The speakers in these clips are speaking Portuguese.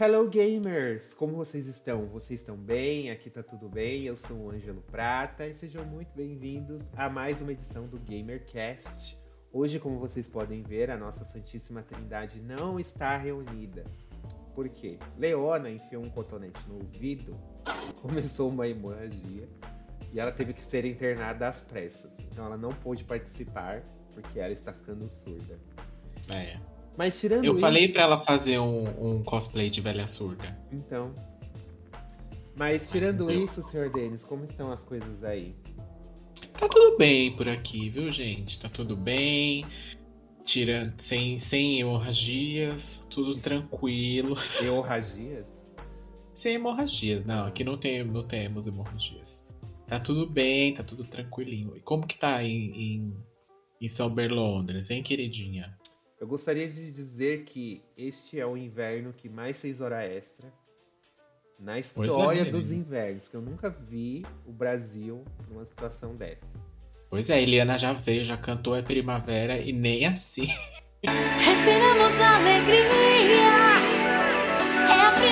Hello gamers! Como vocês estão? Vocês estão bem? Aqui tá tudo bem? Eu sou o Ângelo Prata e sejam muito bem-vindos a mais uma edição do GamerCast. Hoje, como vocês podem ver, a nossa Santíssima Trindade não está reunida. Por quê? Leona enfiou um cotonete no ouvido, começou uma hemorragia e ela teve que ser internada às pressas. Então ela não pôde participar porque ela está ficando surda. Mas tirando Eu isso... falei pra ela fazer um cosplay de velha surda. Então. Mas tirando isso, Sr. Denis, como estão as coisas aí? Tá tudo bem por aqui, viu, gente? Tá tudo bem. Tirando, sem hemorragias, tudo tranquilo. Hemorragias? Sem hemorragias, não. Aqui não temos hemorragias. Tá tudo bem, tá tudo tranquilinho. E como que tá em São Berlondres, hein, queridinha? Eu gostaria de dizer que este é o inverno que mais fez hora extra na história dos invernos. Porque eu nunca vi o Brasil numa situação dessa. Pois é, a Eliana já veio, já cantou a primavera e nem assim. Respiramos alegria, é a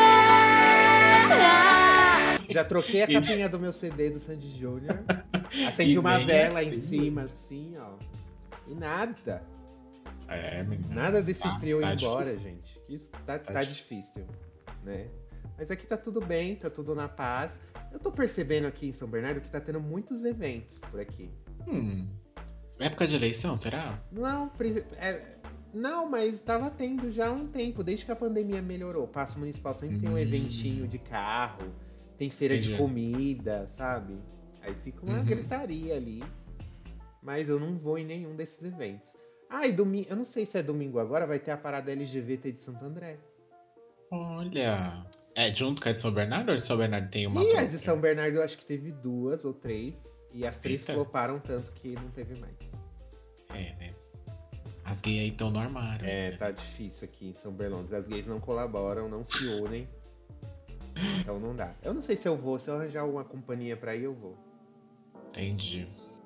primavera. Já troquei a capinha do meu CD do Sandy Júnior. Acendi uma vela em cima, assim, ó. E nada. Menina. Nada desse frio ir embora, difícil. gente. Isso tá difícil, né? Mas aqui tá tudo bem, tá tudo na paz. Eu tô percebendo aqui em São Bernardo que tá tendo muitos eventos por aqui. Época de eleição, será? Não, mas tava tendo já há um tempo, desde que a pandemia melhorou. O Paço Municipal sempre tem um eventinho de carro, tem feira de comida, sabe? Aí fica uma gritaria ali. Mas eu não vou em nenhum desses eventos. E domingo, eu não sei se é domingo agora, vai ter a parada LGBT de Santo André. Olha, é junto com a de São Bernardo ou a de São Bernardo tem uma E própria? a de São Bernardo eu acho que teve 2 ou 3. E as 3 Eita. floparam tanto que não teve mais. Né? As gays aí estão no armário. né? Tá difícil aqui em São Bernardo. As gays não colaboram, não se unem. Então não dá. Eu não sei se eu vou, se eu arranjar uma companhia pra ir, eu vou. Entendi.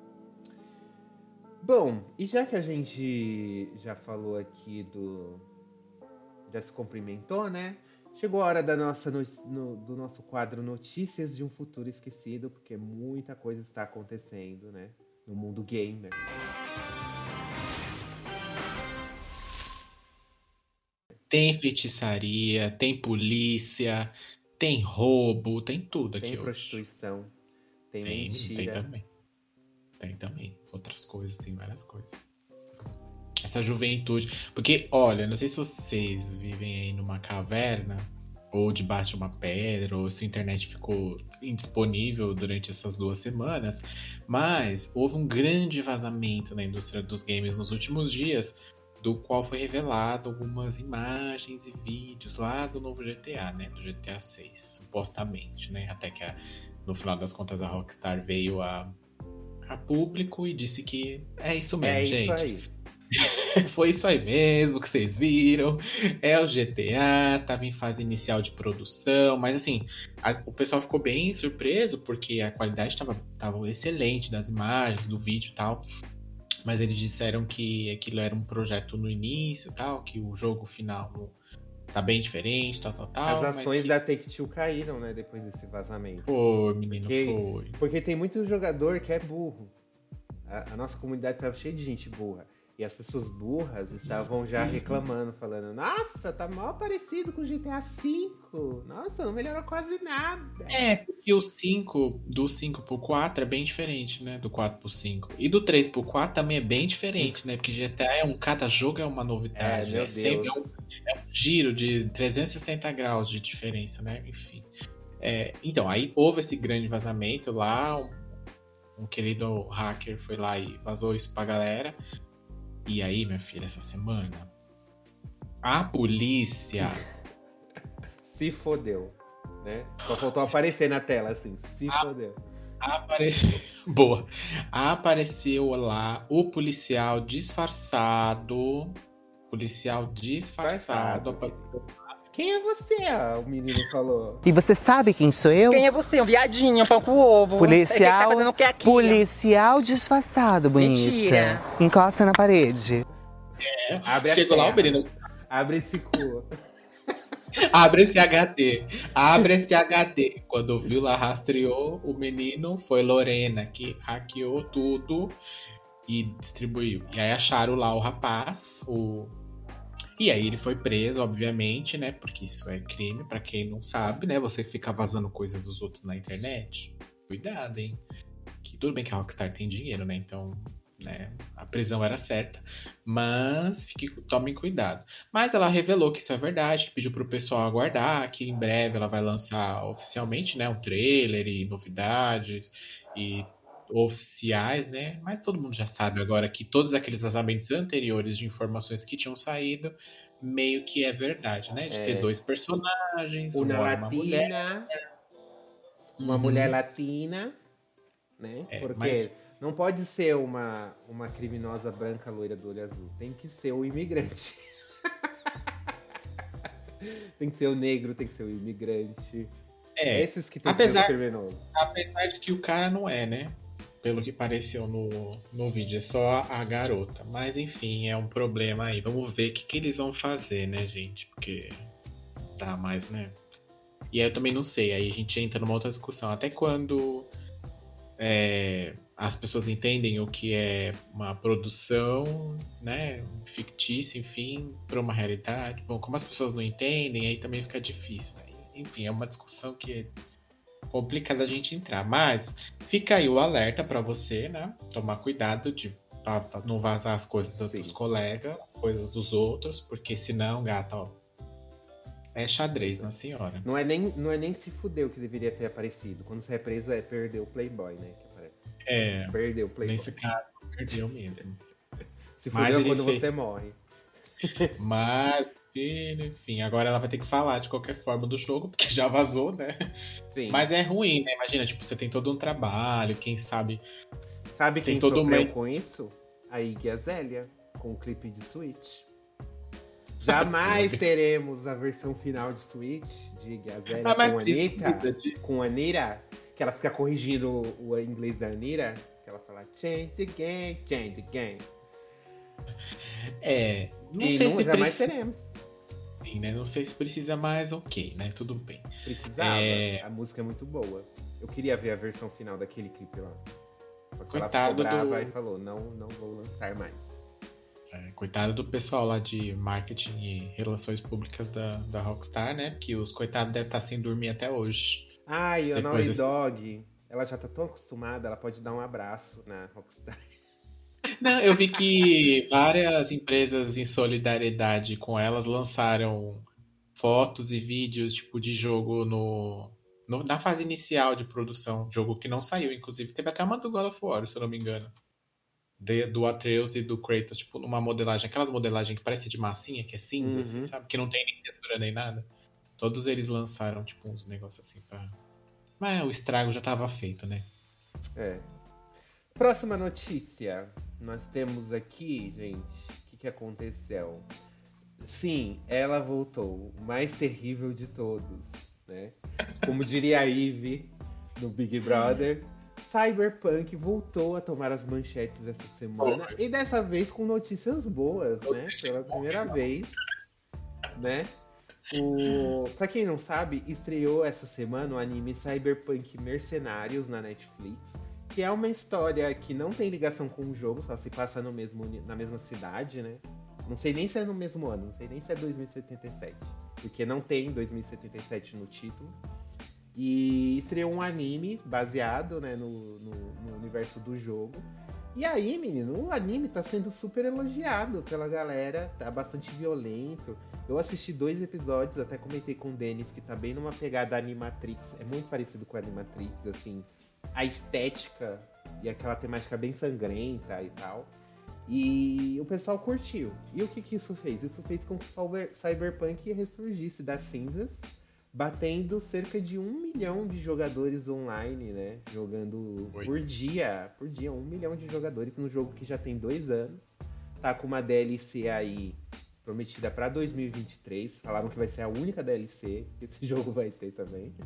Bom, e já que a gente já falou aqui já se cumprimentou, né? Chegou a hora do nosso quadro Notícias de um Futuro Esquecido, porque muita coisa está acontecendo, né? No mundo gamer. Tem feitiçaria, tem polícia, tem roubo, tem tudo aqui Tem hoje. prostituição, tem mentira. Tem também. Outras coisas, tem várias coisas. Essa juventude. Porque, olha, não sei se vocês vivem aí numa caverna, ou debaixo de uma pedra, ou se a internet ficou indisponível durante essas 2 semanas, mas houve um grande vazamento na indústria dos games nos últimos dias, do qual foi revelado algumas imagens e vídeos lá do novo GTA, né? Do GTA 6, supostamente, né? Até que no final das contas a Rockstar veio a público e disse que é isso mesmo, gente. Isso aí. Foi isso aí mesmo que vocês viram. É o GTA, tava em fase inicial de produção, mas assim, o pessoal ficou bem surpreso porque a qualidade tava excelente das imagens, do vídeo e tal. Mas eles disseram que aquilo era um projeto no início e tal, que o jogo final tá bem diferente, tal. As ações da Take-Two caíram, né, depois desse vazamento. Foi, menino, foi. Porque tem muito jogador que é burro. A nossa comunidade tava cheia de gente burra. E as pessoas burras estavam já reclamando, falando: nossa, tá mal parecido com o GTA V. Nossa, não melhorou quase nada. Porque o 5, do 5 pro 4 é bem diferente, né? Do 4 pro 5. E do 3 pro 4 também é bem diferente, né? Porque GTA cada jogo é uma novidade. Meu Sempre Deus. é um giro de 360 graus de diferença, né? Enfim. Então, aí houve esse grande vazamento lá. Um querido hacker foi lá e vazou isso pra galera. E aí, minha filha, essa semana, a polícia se fodeu, né? Só faltou aparecer na tela, assim, se fodeu. Boa. Apareceu lá o policial disfarçado. Apareceu. Quem é você? O menino falou. E você sabe quem sou eu? Quem é você? Um viadinho, um pão com ovo. Policial, O que tá fazendo o que aqui? policial disfarçado, bonita. Mentira. Encosta na parede. Abre Chegou lá o menino. Abre esse cu. Abre esse HD. Abre esse HD. Quando viu lá, rastreou o menino, foi Lorena, que hackeou tudo e distribuiu. E aí acharam lá o rapaz, E aí ele foi preso, obviamente, né? Porque isso é crime, pra quem não sabe, né? Você ficar vazando coisas dos outros na internet. Cuidado, hein? Que tudo bem que a Rockstar tem dinheiro, né? Então, né? A prisão era certa. Mas tomem cuidado. Mas ela revelou que isso é verdade, que pediu pro pessoal aguardar, que em breve ela vai lançar oficialmente, né? Um trailer e novidades e oficiais, né? Mas todo mundo já sabe agora que todos aqueles vazamentos anteriores de informações que tinham saído meio que é verdade, né? De ter dois personagens, Uma uma mulher. latina, uma Uhum. mulher latina, né? Porque mas não pode ser uma criminosa branca loira do olho azul. Tem que ser o imigrante. Tem que ser o negro, tem que ser o imigrante. Esses que tem que ser os criminosos. Apesar de que o cara não é, né? Pelo que pareceu no vídeo, é só a garota. Mas enfim, é um problema aí. Vamos ver o que eles vão fazer, né, gente? Porque tá mais, né? E aí eu também não sei. Aí a gente entra numa outra discussão. Até quando as pessoas entendem o que é uma produção, né? Fictícia, enfim, para uma realidade. Bom, como as pessoas não entendem, aí também fica difícil. Né? Enfim, é uma discussão que é complicada a gente entrar. Mas fica aí o alerta para você, né? Tomar cuidado de não vazar as coisas dos colegas, as coisas dos outros, porque senão, gata, ó, é xadrez na senhora. Não é nem se fudeu que deveria ter aparecido. Quando você é preso, é perder o Playboy, né? Que aparece. Perdeu o Playboy. Nesse caso, perdeu mesmo. Se fudeu quando você morre. Mas, enfim, agora ela vai ter que falar de qualquer forma do jogo, porque já vazou, né? Sim. Mas é ruim, né? Imagina, tipo, você tem todo um trabalho, quem sabe... Sabe quem sofreu com isso? A Iggy Azalea, com o clipe de Switch. Jamais teremos a versão final de Switch de Iggy Azalea com a Anitta, que ela fica corrigindo o inglês da Anitta, que ela fala change the game, change the game. Não sei se jamais teremos. Sim, né? Não sei se precisa mais, ok, né? Tudo bem. Precisava. A música é muito boa. Eu queria ver a versão final daquele clipe lá. Só que coitado ela ficou brava e falou, não vou lançar mais. Coitado do pessoal lá de marketing e relações públicas da Rockstar, né? Que os coitados devem estar sem dormir até hoje. E a Naughty Dog, ela já tá tão acostumada, ela pode dar um abraço na Rockstar. Não, eu vi que várias empresas em solidariedade com elas lançaram fotos e vídeos tipo de jogo na fase inicial de produção. Jogo que não saiu, inclusive. Teve até uma do God of War, se eu não me engano. Do Atreus e do Kratos, tipo, numa modelagem. Aquelas modelagens que parece de massinha, que é cinza, assim, sabe? Que não tem nem textura nem nada. Todos eles lançaram, tipo, uns negócios assim pra... Mas o estrago já tava feito, né? Próxima notícia. Nós temos aqui, gente, o que aconteceu? Sim, ela voltou. O mais terrível de todos, né? Como diria a Ivy no Big Brother, Cyberpunk voltou a tomar as manchetes essa semana. E dessa vez com notícias boas, né? Pela primeira vez, né? Pra quem não sabe, estreou essa semana o anime Cyberpunk Mercenários na Netflix, que é uma história que não tem ligação com o jogo, só se passa na mesma cidade, né? Não sei nem se é no mesmo ano, não sei nem se é 2077, porque não tem 2077 no título. E estreou um anime baseado, né, no universo do jogo. E aí, menino, o anime tá sendo super elogiado pela galera, tá bastante violento. Eu assisti 2 episódios, até comentei com o Denis que tá bem numa pegada Animatrix. É muito parecido com a Animatrix, assim, a estética e aquela temática bem sangrenta e tal. E o pessoal curtiu. E o que isso fez? Isso fez com que o Cyberpunk ressurgisse das cinzas, batendo cerca de 1 milhão de jogadores online, né? Jogando por dia, 1 milhão de jogadores no jogo que já tem 2 anos. Tá com uma DLC aí prometida pra 2023. Falaram que vai ser a única DLC que esse jogo vai ter também.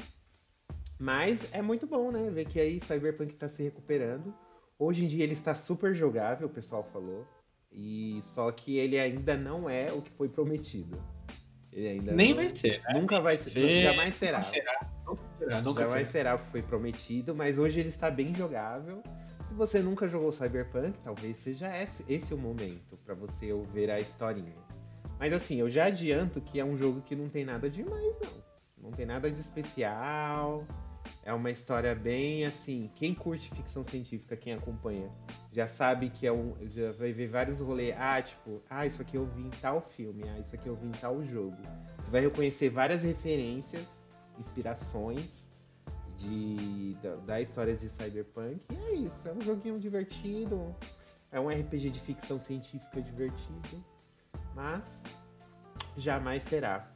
Mas é muito bom, né? Ver que aí Cyberpunk tá se recuperando. Hoje em dia ele está super jogável, o pessoal falou. E só que ele ainda não é o que foi prometido. Ele ainda Nem não- vai ser, né? Nunca vai ser, jamais será. Nunca Jamais será. será o que foi prometido, mas hoje ele está bem jogável. Se você nunca jogou Cyberpunk, talvez seja esse o momento pra você ver a historinha. Mas assim, eu já adianto que é um jogo que não tem nada demais, não. Não tem nada de especial. É uma história bem assim. Quem curte ficção científica, quem acompanha, já sabe que já vai ver vários rolês. Isso aqui eu vi em tal filme. Isso aqui eu vi em tal jogo. Você vai reconhecer várias referências, inspirações da história de Cyberpunk. E é isso. É um joguinho divertido. É um RPG de ficção científica divertido. Mas jamais será.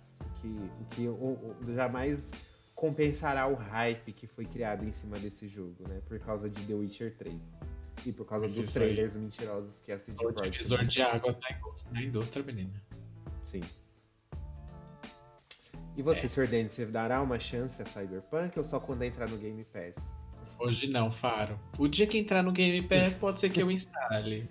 Jamais compensará o hype que foi criado em cima desse jogo, né? Por causa de The Witcher 3. E por causa dos trailers mentirosos que a CD O Projekt divisor de águas na indústria, menina. Sim. E você, Sr. Denis, você dará uma chance a Cyberpunk ou só quando entrar no Game Pass? Hoje não, Faro. O dia que entrar no Game Pass pode ser que eu instale.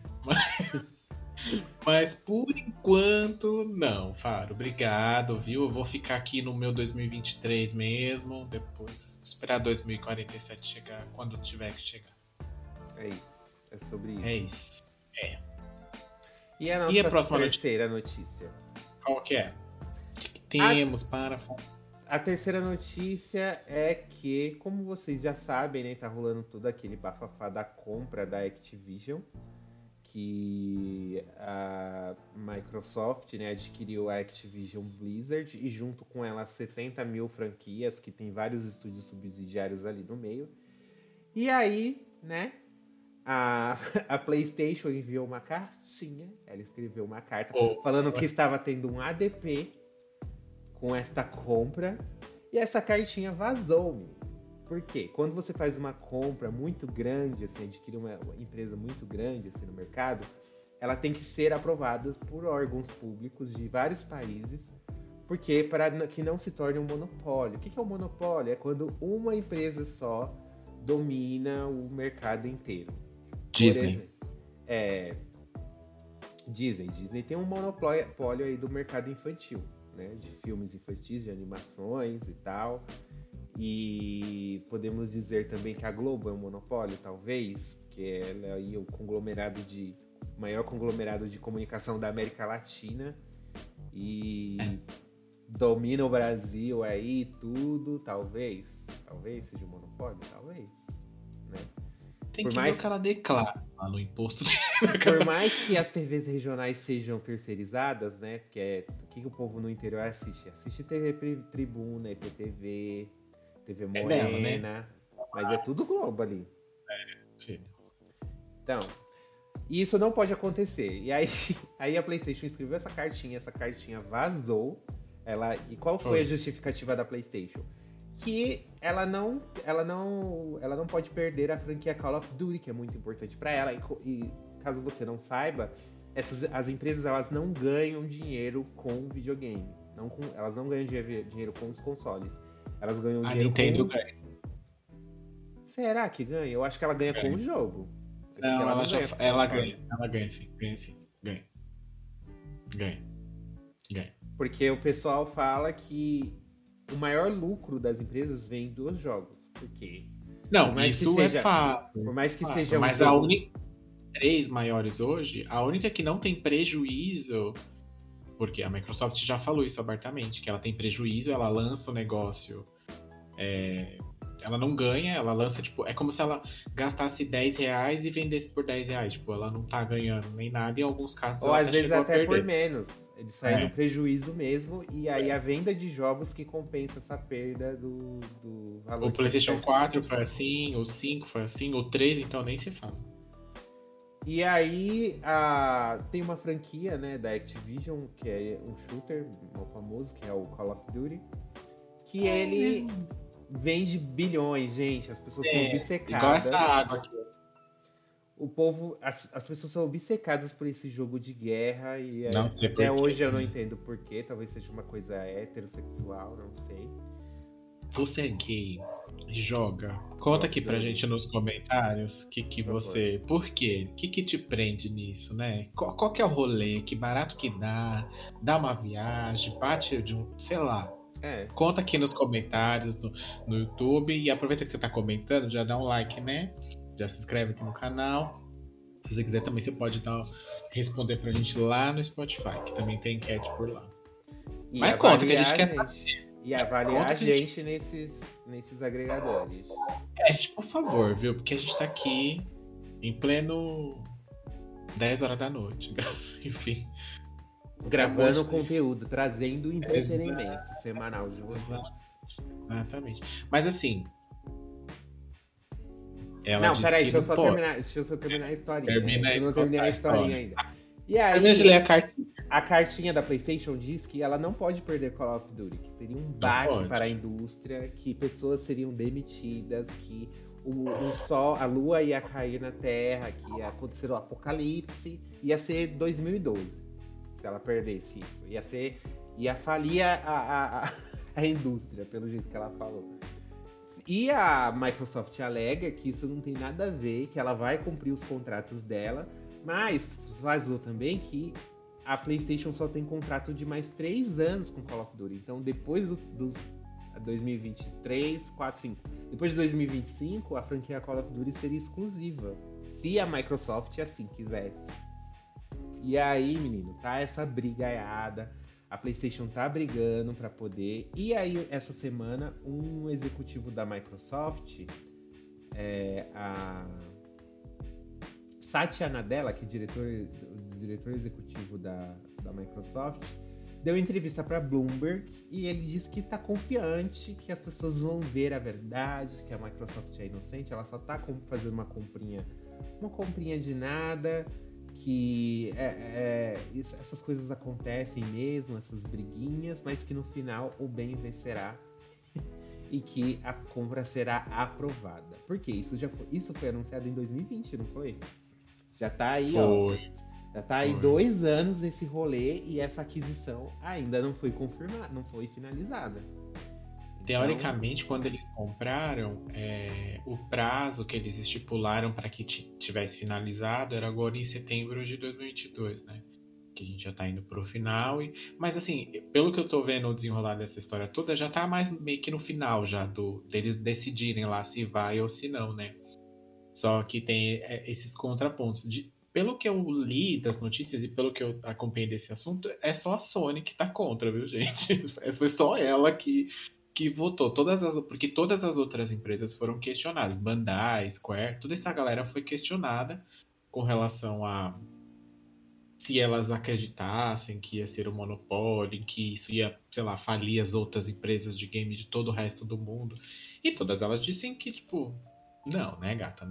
Mas por enquanto, não, Faro. Obrigado, viu? Eu vou ficar aqui no meu 2023 mesmo. Depois esperar 2047 chegar, quando tiver que chegar. É isso. É sobre isso. É isso. E a nossa próxima terceira notícia? Qual que é? O que temos para falar? A terceira notícia é que, como vocês já sabem, né, tá rolando todo aquele bafafá da compra da Activision, que a Microsoft, né, adquiriu a Activision Blizzard e junto com ela 70 mil franquias, que tem vários estúdios subsidiários ali no meio. E aí, né, a PlayStation enviou uma cartinha, ela escreveu uma carta falando que estava tendo um ADP com esta compra, e essa cartinha vazou. Por quê? Quando você faz uma compra muito grande, assim, adquire uma empresa muito grande assim, no mercado, ela tem que ser aprovada por órgãos públicos de vários países, porque para que não se torne um monopólio. O que é um monopólio? É quando uma empresa só domina o mercado inteiro. Disney. Disney tem um monopólio aí do mercado infantil, né? De filmes infantis, de animações e tal. E podemos dizer também que a Globo é um monopólio, talvez, que ela é aí o maior conglomerado de comunicação da América Latina e domina o Brasil aí, tudo, talvez seja um monopólio, talvez, né? Tem que ver o que ela declara lá no imposto. Por mais que as TVs regionais sejam terceirizadas, né? Porque o que o povo no interior assiste? Assiste TV Tribuna, IPTV, TV Morena, dela, né? Mas é tudo Globo ali. Filho. Então, isso não pode acontecer. E aí a PlayStation escreveu essa cartinha vazou. E qual foi a justificativa da PlayStation? Que ela não pode perder a franquia Call of Duty, que é muito importante para ela. E caso você não saiba, as empresas elas não ganham dinheiro com videogame. Elas não ganham dinheiro com os consoles. Elas ganham dinheiro Nintendo ganha. Será que ganha? Eu acho que ela ganha com o jogo. Não, ela ganha. Ela ganha sim. Ganha. Porque o pessoal fala que o maior lucro das empresas vem dos jogos. Porque não, isso é fato. Por mais que seja mas a única 3 maiores hoje, a única que não tem prejuízo, porque a Microsoft já falou isso abertamente, que ela tem prejuízo, ela lança o negócio, ela não ganha, ela lança, tipo, é como se ela gastasse R$10 e vendesse por R$10, tipo, ela não tá ganhando nem nada, em alguns casos ou ela às vezes chegou até a perder. por menos. Eles saem no prejuízo mesmo, e aí a venda de jogos que compensa essa perda do valor. O PlayStation 4 foi assim, o 5 foi assim, o 3 então nem se fala. E aí tem uma franquia, né, da Activision, que é um shooter muito famoso, que é o Call of Duty, que ele vende bilhões, gente. As pessoas são obcecadas. Igual essa água aqui. O povo, as pessoas são obcecadas por esse jogo de guerra e não sei até por quê. hoje eu não entendo porquê. Talvez seja uma coisa heterossexual, não sei. você é gay, joga. Conta aqui pra gente nos comentários que você... Por quê? O que te prende nisso, né? Qual que é o rolê? Que barato que dá? Dá uma viagem? Bate de um... Sei lá. Conta aqui nos comentários no YouTube. E aproveita que você tá comentando, já dá um like, né? Já se inscreve aqui no canal. Se você quiser também, você pode responder pra gente lá no Spotify, que também tem enquete por lá. E mas conta que a gente quer saber. E avaliar a gente nesses agregadores. Gente, por favor, viu? Porque a gente tá aqui em pleno 10 horas da noite. Enfim. Gravando conteúdo, trazendo entretenimento semanal de vocês. Exatamente. Mas assim... Peraí, deixa eu só terminar a historinha. Eu não terminei a historinha ainda. E aí, termina de ler a cartinha. A cartinha da PlayStation diz que ela não pode perder Call of Duty, que seria um baque para a indústria, que pessoas seriam demitidas, que o sol, a lua ia cair na Terra, que ia acontecer o apocalipse, ia ser 2012, se ela perdesse isso. Ia falir a indústria, pelo jeito que ela falou. E a Microsoft alega que isso não tem nada a ver, que ela vai cumprir os contratos dela, mas vazou também que a PlayStation só tem contrato de mais 3 anos com Call of Duty. Então, depois dos 2023, 4, 5. Depois de 2025, a franquia Call of Duty seria exclusiva. Se a Microsoft assim quisesse. E aí, menino, tá essa brigaiada. A PlayStation tá brigando pra poder. E aí, essa semana, um executivo da Microsoft, a Satya Nadella, que é diretor executivo da Microsoft, deu entrevista para Bloomberg e ele disse que tá confiante, que as pessoas vão ver a verdade, que a Microsoft é inocente, ela só tá fazendo uma comprinha de nada, que essas coisas acontecem mesmo, essas briguinhas, mas que no final o bem vencerá e que a compra será aprovada. Porque isso foi anunciado em 2020, não foi? Já tá aí, já tá aí 2 anos nesse rolê e essa aquisição ainda não foi confirmada, não foi finalizada. Teoricamente, quando eles compraram, o prazo que eles estipularam para que tivesse finalizado era agora em setembro de 2022, né? Que a gente já tá indo pro final. Mas assim, pelo que eu tô vendo o desenrolar dessa história toda, já tá mais meio que no final já deles decidirem lá se vai ou se não, né? Só que tem esses contrapontos. Pelo que eu li das notícias e pelo que eu acompanhei desse assunto, é só a Sony que tá contra, viu, gente? Foi só ela que votou. Porque todas as outras empresas foram questionadas. Bandai, Square, toda essa galera foi questionada com relação a se elas acreditassem que ia ser um monopólio, que isso ia, sei lá, falir as outras empresas de game de todo o resto do mundo. E todas elas disseram que, tipo, não, né, gata?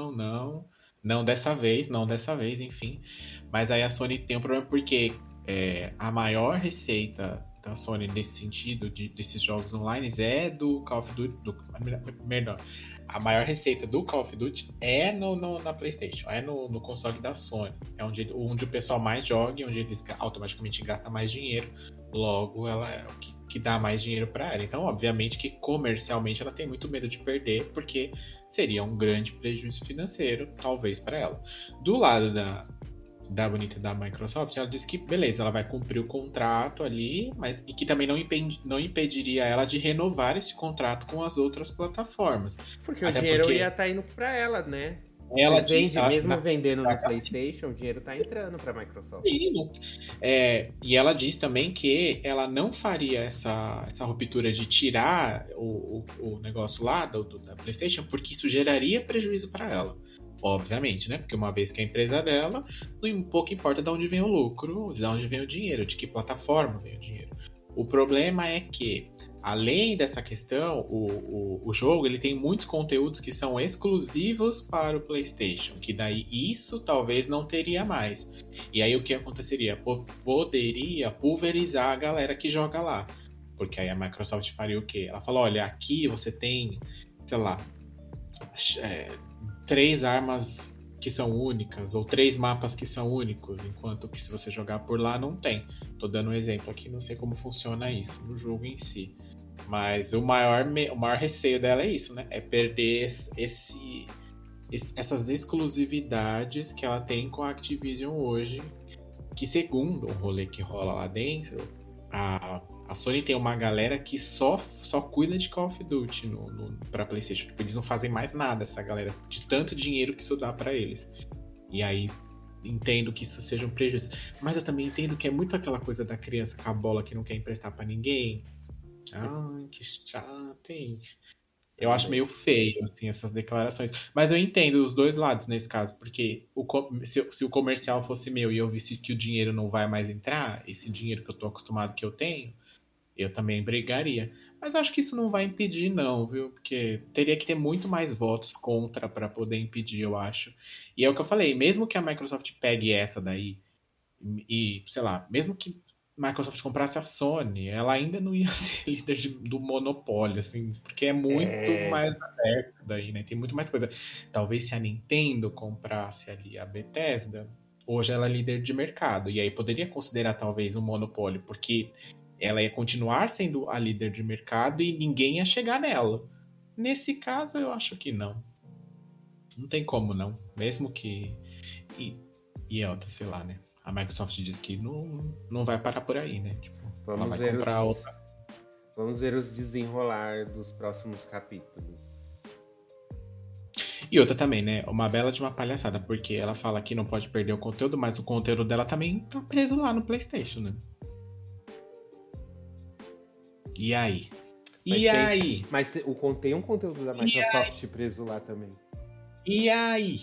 Não dessa vez, enfim. Mas aí a Sony tem um problema porque a maior receita da Sony nesse sentido desses jogos online é do Call of Duty. A maior receita do Call of Duty é na PlayStation, é no console da Sony. É onde o pessoal mais joga e onde eles automaticamente gastam mais dinheiro. Logo, ela é o que dá mais dinheiro para ela. Então, obviamente que comercialmente ela tem muito medo de perder, porque seria um grande prejuízo financeiro, talvez, para ela. Do lado da bonita da Microsoft, ela disse que, beleza, ela vai cumprir o contrato ali, e que também não impediria ela de renovar esse contrato com as outras plataformas. Porque o dinheiro ia estar indo para ela, né? Ela disse, vendendo no PlayStation, o dinheiro tá entrando pra Microsoft. E ela diz também que ela não faria essa ruptura de tirar o negócio lá da PlayStation, porque isso geraria prejuízo para ela. Obviamente, né? Porque uma vez que é a empresa dela, pouco importa de onde vem o lucro, de onde vem o dinheiro, de que plataforma vem o dinheiro. O problema é que, além dessa questão, o jogo ele tem muitos conteúdos que são exclusivos para o PlayStation, que daí isso talvez não teria mais. E aí o que aconteceria? Poderia pulverizar a galera que joga lá. Porque aí a Microsoft faria o quê? Ela fala, olha, aqui você tem, sei lá, 3 armas que são únicas, ou 3 mapas que são únicos, enquanto que se você jogar por lá não tem. Tô dando um exemplo aqui, não sei como funciona isso no jogo em si. Mas o maior receio dela é isso, né? É perder essas exclusividades que ela tem com a Activision hoje, que segundo o rolê que rola lá dentro, a Sony tem uma galera que só cuida de Call of Duty pra PlayStation. Tipo, eles não fazem mais nada, essa galera, de tanto dinheiro que isso dá pra eles. E aí entendo que isso seja um prejuízo. Mas eu também entendo que é muito aquela coisa da criança com a bola que não quer emprestar pra ninguém. Ai, que chato, hein? Eu acho meio feio, assim, essas declarações. Mas eu entendo os dois lados nesse caso, porque se o comercial fosse meu e eu visse que o dinheiro não vai mais entrar, esse dinheiro que eu tô acostumado que eu tenho, eu também brigaria. Mas eu acho que isso não vai impedir, não, viu? Porque teria que ter muito mais votos contra para poder impedir, eu acho. E é o que eu falei, mesmo que a Microsoft pegue essa daí, e, sei lá, mesmo que Microsoft comprasse a Sony, ela ainda não ia ser líder do monopólio, assim, porque é muito mais aberto daí, né? Tem muito mais coisa. Talvez se a Nintendo comprasse ali a Bethesda, hoje ela é líder de mercado, e aí poderia considerar talvez um monopólio, porque ela ia continuar sendo a líder de mercado e ninguém ia chegar nela. Nesse caso, eu acho que não. Não tem como, não. Mesmo que... E outra, sei lá, né? A Microsoft diz que não vai parar por aí, né? Tipo, ela vai comprar outra. Vamos ver os desenrolar dos próximos capítulos. E outra também, né? Uma bela de uma palhaçada, porque ela fala que não pode perder o conteúdo, mas o conteúdo dela também tá preso lá no PlayStation, né? E aí? Mas tem um conteúdo da Microsoft preso lá também. E aí?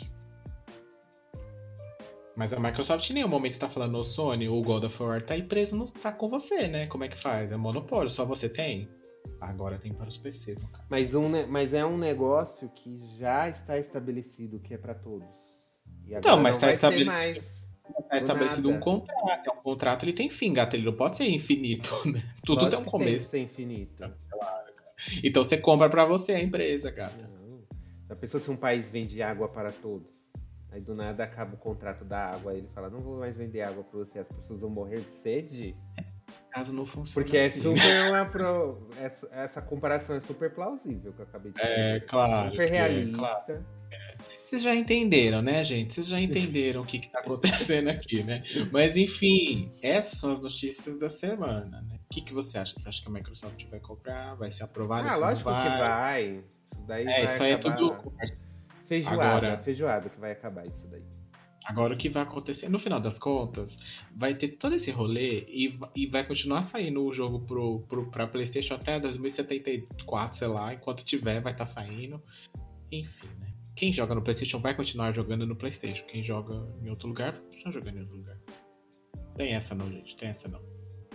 Mas a Microsoft em nenhum momento tá falando, ô Sony, o God of War tá aí preso, não tá com você, né? Como é que faz? É monopólio, só você tem? Agora tem para os PCs, no caso. Mas é um negócio que já está estabelecido, que é pra todos. E agora Então, mas não tá vai ser estabelecido, mais tá estabelecido nada. um contrato. Um contrato ele tem fim, gato, ele não pode ser infinito, né? Tudo Lógico tem um que começo. Tem que ser infinito. Então você compra pra você a empresa, gata. Não. A pessoa, se um país vende água para todos, aí do nada acaba o contrato da água, aí ele fala, não vou mais vender água para você, as pessoas vão morrer de sede. Caso não funcione Porque assim. essa comparação é super plausível que eu acabei de dizer. É, claro. Super realista. Claro. Vocês já entenderam, né, gente? Vocês já entenderam o que tá acontecendo aqui, né? Mas, enfim, essas são as notícias da semana, né? O que você acha? Você acha que a Microsoft vai comprar? Vai ser aprovada? Lógico que vai. Isso daí vai isso aí acabar... é tudo feijoada que vai acabar isso daí. Agora, o que vai acontecer? No final das contas, vai ter todo esse rolê e vai continuar saindo o jogo pra PlayStation até 2074, sei lá. Enquanto tiver, vai estar saindo. Enfim, né? Quem joga no PlayStation vai continuar jogando no PlayStation. Quem joga em outro lugar, vai continuar jogando em outro lugar. Tem essa não, gente. Tem essa não.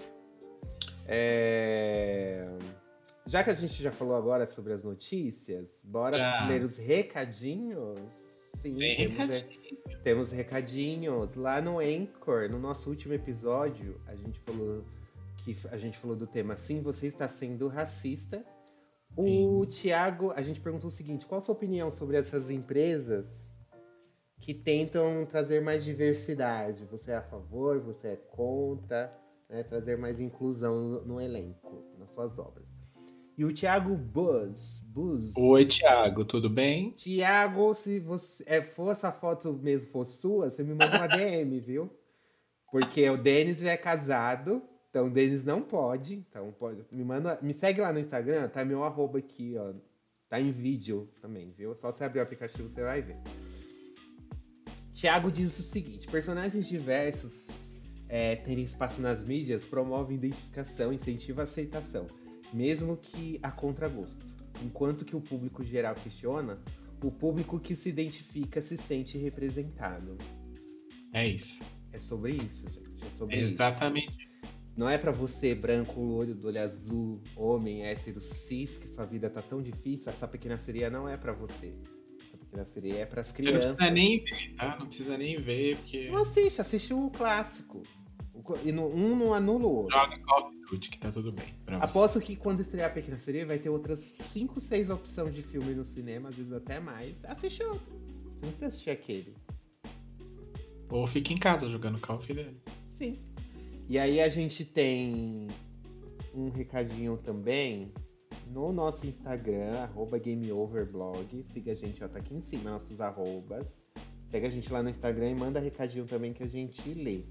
Já que a gente já falou agora sobre as notícias, bora ler os recadinhos? Sim, temos recadinhos. Lá no Anchor, no nosso último episódio, a gente falou do tema Sim, você está sendo racista. O Thiago, a gente perguntou o seguinte, qual a sua opinião sobre essas empresas que tentam trazer mais diversidade? Você é a favor, você é contra, né, trazer mais inclusão no elenco, nas suas obras? E o Thiago Buzz. Oi, Thiago, tudo bem? Thiago, se você for essa foto mesmo for sua, você me manda uma DM, viu? Porque o Denis é casado, então o Denis não pode. Então pode, me segue lá no Instagram, tá meu @ aqui, ó. Tá em vídeo também, viu? Só você abrir o aplicativo você vai ver. Thiago diz o seguinte: personagens diversos terem espaço nas mídias promove identificação, incentiva a aceitação, mesmo que a contragosto. Enquanto que o público geral questiona, o público que se identifica se sente representado. É isso. É sobre isso, gente. É sobre Exatamente. Isso. Não é pra você, branco, loiro, do olho azul, homem, hétero, cis, que sua vida tá tão difícil. Essa Pequena Sereia não é pra você. Essa Pequena Sereia é pras crianças. Você não precisa nem ver, tá? Não precisa nem ver, porque... Não assiste o clássico. E um não anula o outro. Joga Call of Duty, que tá tudo bem. Aposto que quando estrear a Pequena Sereia vai ter outras 5, 6 opções de filme no cinema, às vezes até mais. Assiste outro. Você não precisa assistir aquele. Ou fica em casa jogando Call of Duty. Sim. E aí a gente tem um recadinho também no nosso Instagram, @GameOverblog. Siga a gente, ó, tá aqui em cima, nossos arrobas. Segue a gente lá no Instagram e manda recadinho também que a gente lê.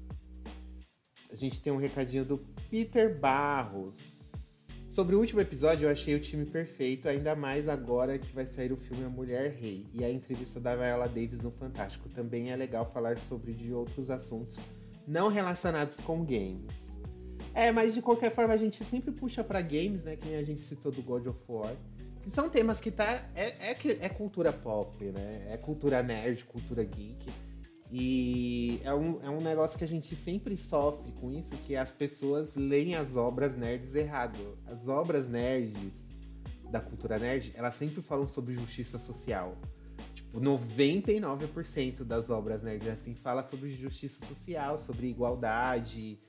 A gente tem um recadinho do Peter Barros. Sobre o último episódio, eu achei o time perfeito, ainda mais agora que vai sair o filme A Mulher Rei. E a entrevista da Viola Davis no Fantástico. Também é legal falar sobre de outros assuntos não relacionados com games. Mas de qualquer forma a gente sempre puxa pra games, né? Que nem a gente citou do God of War. Que são temas que é cultura pop, né? É cultura nerd, cultura geek. E é um negócio que a gente sempre sofre com isso, que as pessoas leem as obras nerds errado. As obras nerds da cultura nerd, elas sempre falam sobre justiça social. Tipo, 99% das obras nerds assim fala sobre justiça social, sobre igualdade.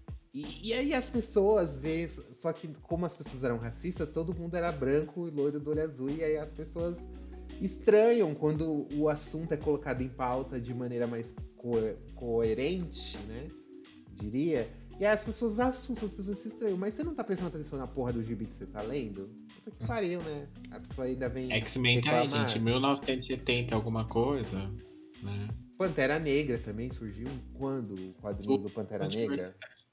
E aí as pessoas vê, só que como as pessoas eram racistas, todo mundo era branco e loiro do olho azul, e aí as pessoas estranham quando o assunto é colocado em pauta de maneira mais coerente, né? Diria. E aí as pessoas assustam, as pessoas se estranham. Mas você não tá prestando atenção na porra do gibi que você tá lendo? Puta que pariu, né? A pessoa ainda vem X-Men tá aí, gente. 1970 alguma coisa, né? Pantera Negra também surgiu quando o quadrinho do Pantera Negra?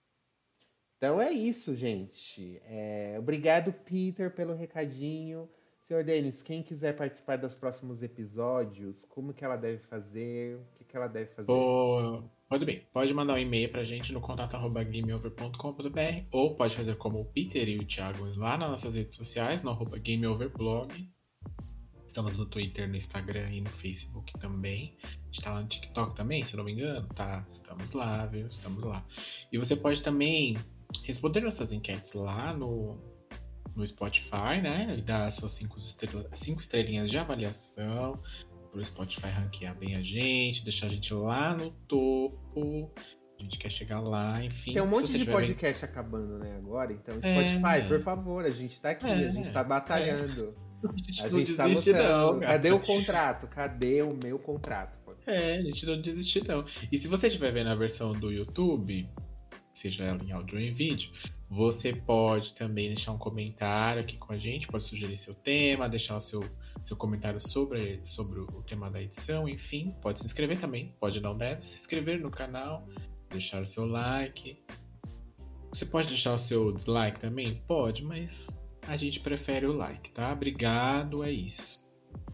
Então é isso, gente. Obrigado, Peter, pelo recadinho. Senhor Denis, quem quiser participar dos próximos episódios, como que ela deve fazer? O que ela deve fazer? Pode bem, pode mandar um e-mail pra gente no contato@gameover.com.br ou pode fazer como o Peter e o Thiago lá nas nossas redes sociais, no @GameOverblog. Estamos no Twitter, no Instagram e no Facebook também. A gente tá lá no TikTok também, se não me engano. Tá, estamos lá, viu? Estamos lá. E você pode também responder nossas enquetes lá no Spotify, né? E dar as suas 5 estrelinhas de avaliação. Pro Spotify ranquear bem a gente, deixar a gente lá no topo. A gente quer chegar lá, enfim. Tem um monte de podcast acabando, né, agora. Então, Spotify, por favor, a gente tá aqui, a gente tá batalhando. A gente tá lutando. Cadê o contrato? Cadê o meu contrato? A gente não desiste, não. E se você estiver vendo a versão do YouTube, seja ela em áudio ou em vídeo, você pode também deixar um comentário aqui com a gente, pode sugerir seu tema, deixar o seu comentário sobre o tema da edição, enfim, pode se inscrever também, pode não deve, se inscrever no canal, deixar o seu like. Você pode deixar o seu dislike também? Pode, mas a gente prefere o like, tá? Obrigado, é isso.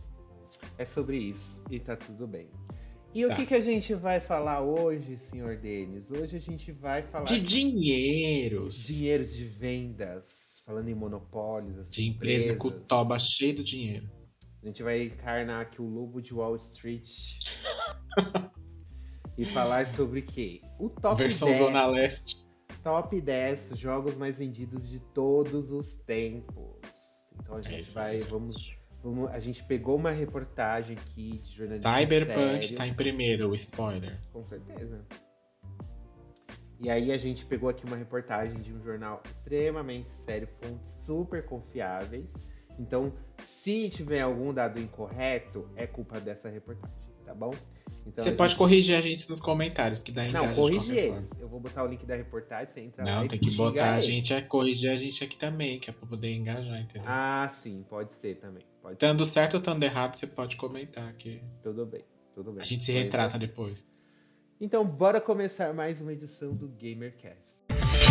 É sobre isso, e tá tudo bem. E o que a gente vai falar hoje, senhor Denis? Hoje a gente vai falar de dinheiros. Dinheiros de vendas, falando em monopólios, assim, de empresa com o toba cheio de dinheiro. A gente vai encarnar aqui o lobo de Wall Street e falar sobre o quê? O top Versão 10, Zona Leste. Top 10 jogos mais vendidos de todos os tempos. Então a gente a gente pegou uma reportagem aqui de jornalistas Cyberpunk sérios. tá em primeiro, o spoiler. Com certeza. E aí a gente pegou aqui uma reportagem de um jornal extremamente sério, fontes super confiáveis. Então, se tiver algum dado incorreto, é culpa dessa reportagem, tá bom? Então, você pode corrigir a gente nos comentários, que dá Não, corrigir eles. Eu vou botar o link da reportagem, você entra lá. Não, tem que botar a gente, corrigir a gente aqui também, que é pra poder engajar, entendeu? Ah, sim, pode ser também. Estando certo ou estando errado, você pode comentar aqui. Tudo bem. A gente se retrata depois. Então, bora começar mais uma edição do GamerCast.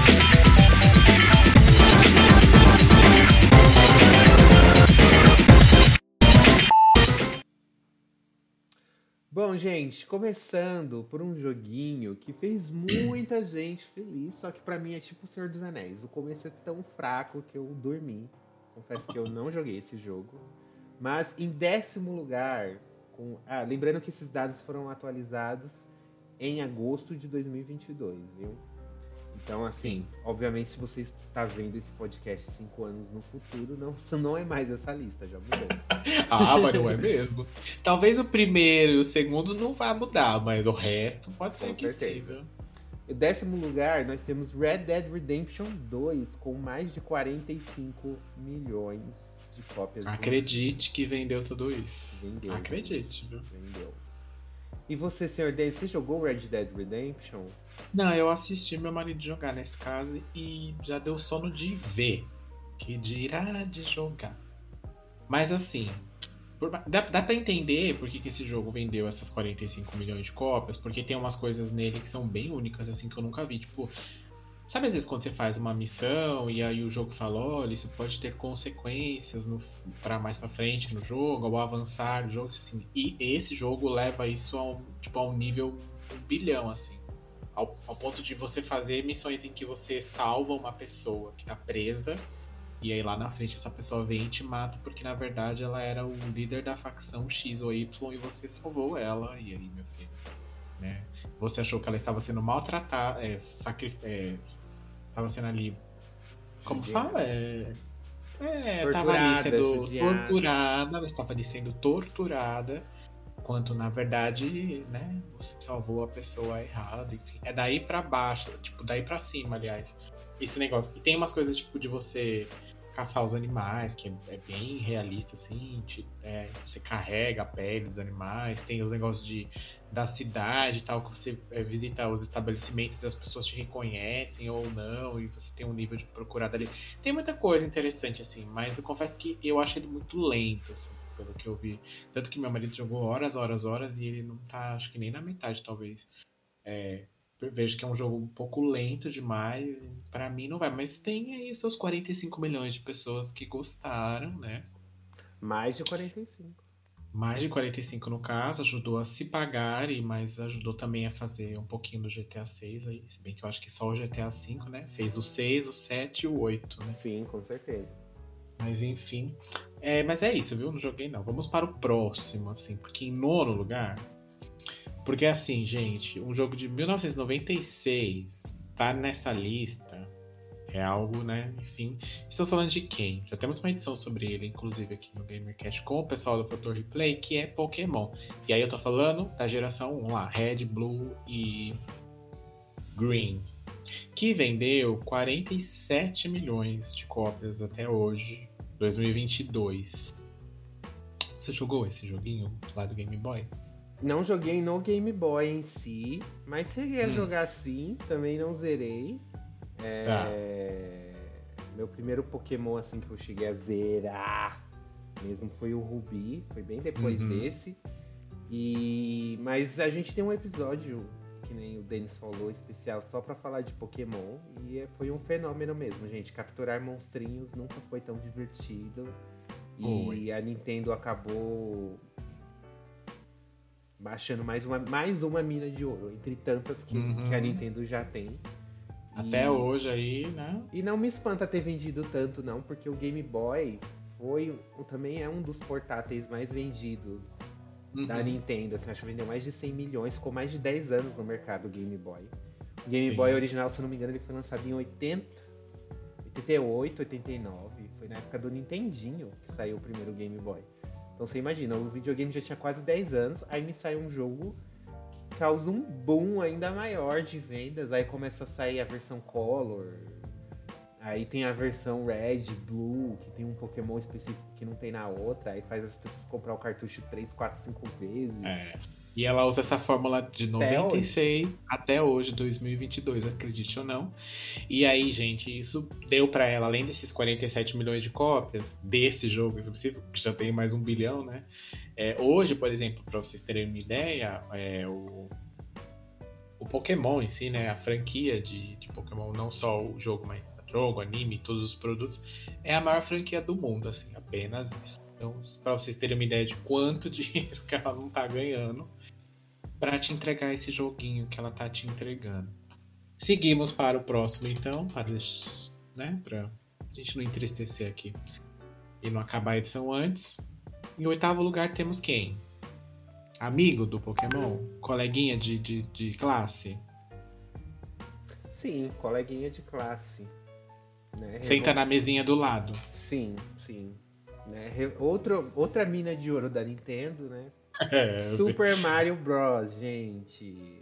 Bom, gente, começando por um joguinho que fez muita gente feliz, só que pra mim é tipo o Senhor dos Anéis. O começo é tão fraco que eu dormi. Confesso que eu não joguei esse jogo. Mas em 10º lugar, lembrando que esses dados foram atualizados em agosto de 2022, viu? Então, assim, obviamente, se você está vendo esse podcast 5 anos no futuro, não é mais essa lista, já mudou. Mas não é mesmo? Talvez o primeiro e o segundo não vá mudar, mas o resto pode ser que sim, viu? Em 10º lugar, nós temos Red Dead Redemption 2, com mais de 45 milhões de cópias. Acredite que vendeu tudo isso. Vendeu. Acredite, viu? Vendeu. E você, Sr. Denis, você jogou Red Dead Redemption? Não, eu assisti meu marido jogar nesse caso e já deu sono de ver. que dirá de jogar. Mas assim, dá pra entender por que esse jogo vendeu essas 45 milhões de cópias, porque tem umas coisas nele que são bem únicas, assim, que eu nunca vi. Tipo, sabe às vezes quando você faz uma missão e aí o jogo fala, olha, isso pode ter consequências pra mais pra frente no jogo, ao avançar no jogo, assim. E esse jogo leva isso a um nível 1 bilhão, assim. Ao ponto de você fazer missões em que você salva uma pessoa que tá presa. E aí lá na frente essa pessoa vem e te mata porque na verdade ela era o líder da facção X ou Y e você salvou ela. E aí, meu filho, né? Você achou que ela estava sendo maltratada, estava sendo ali, como fala? Estava ali sendo torturada, ela estava ali sendo torturada, quanto na verdade, né, você salvou a pessoa errada, enfim. É daí pra baixo, tipo, daí pra cima, aliás, esse negócio. E tem umas coisas, tipo, de você caçar os animais, que é bem realista, assim, você carrega a pele dos animais, tem os negócios da cidade e tal, que você visita os estabelecimentos e as pessoas te reconhecem ou não, e você tem um nível de procurado ali. Tem muita coisa interessante, assim, mas eu confesso que eu acho ele muito lento, assim, pelo que eu vi. Tanto que meu marido jogou horas e ele não tá, acho que nem na metade, talvez. Eu vejo que é um jogo um pouco lento demais. Pra mim não vai, mas tem aí os seus 45 milhões de pessoas que gostaram, né? Mais de 45. Mais de 45 no caso, ajudou a se pagar, mas ajudou também a fazer um pouquinho do GTA 6 aí. Se bem que eu acho que só o GTA 5, né? Fez o 6, o 7 e o 8, né? Sim, com certeza. Mas enfim. Mas é isso, viu? Não joguei não. Vamos para o próximo, assim, porque em nono lugar. Porque assim, gente, um jogo de 1996 tá nessa lista é algo, né? Enfim, estamos falando de quem? Já temos uma edição sobre ele, inclusive aqui no GamerCast com o pessoal do Fator Replay, que é Pokémon. E aí eu tô falando da geração 1 lá, Red, Blue e Green, que vendeu 47 milhões de cópias até hoje, 2022. Você jogou esse joguinho lá do Game Boy? Não joguei no Game Boy em si, mas cheguei a jogar sim, também não zerei. Meu primeiro Pokémon assim que eu cheguei a zerar mesmo foi o Ruby, foi bem depois desse. Mas a gente tem um episódio, que nem o Denis falou, especial só pra falar de Pokémon, e foi um fenômeno mesmo, gente. Capturar monstrinhos nunca foi tão divertido. E a Nintendo acabou baixando mais uma mina de ouro, entre tantas que a Nintendo já tem. Até hoje aí, né? E não me espanta ter vendido tanto, não, porque o Game Boy também é um dos portáteis mais vendidos da Nintendo. Assim, acho que vendeu mais de 100 milhões, ficou mais de 10 anos no mercado o Game Boy. O Game Boy original, se eu não me engano, ele foi lançado em 88, 89. Foi na época do Nintendinho que saiu o primeiro Game Boy. Então você imagina, o videogame já tinha quase 10 anos, aí me sai um jogo que causa um boom ainda maior de vendas, aí começa a sair a versão Color, aí tem a versão Red, Blue, que tem um Pokémon específico que não tem na outra, aí faz as pessoas comprar o cartucho 3, 4, 5 vezes. E ela usa essa fórmula de 96 até hoje, 2022, acredite ou não. E aí, gente, isso deu pra ela, além desses 47 milhões de cópias desse jogo específico, que já tem mais 1 bilhão, né? Hoje, por exemplo, pra vocês terem uma ideia, o Pokémon em si, né? A franquia de Pokémon, não só o jogo, mas o jogo, anime, todos os produtos, é a maior franquia do mundo, assim, apenas isso. Então, pra vocês terem uma ideia de quanto dinheiro que ela não tá ganhando pra te entregar esse joguinho que ela tá te entregando. Seguimos para o próximo, então, pra gente não entristecer aqui e não acabar a edição antes. Em 8º lugar temos quem? Amigo do Pokémon? Coleguinha de classe? Sim, coleguinha de classe. Né? Senta na mesinha do lado. Sim. Né? Outra mina de ouro da Nintendo, né? Super Mario Bros, gente.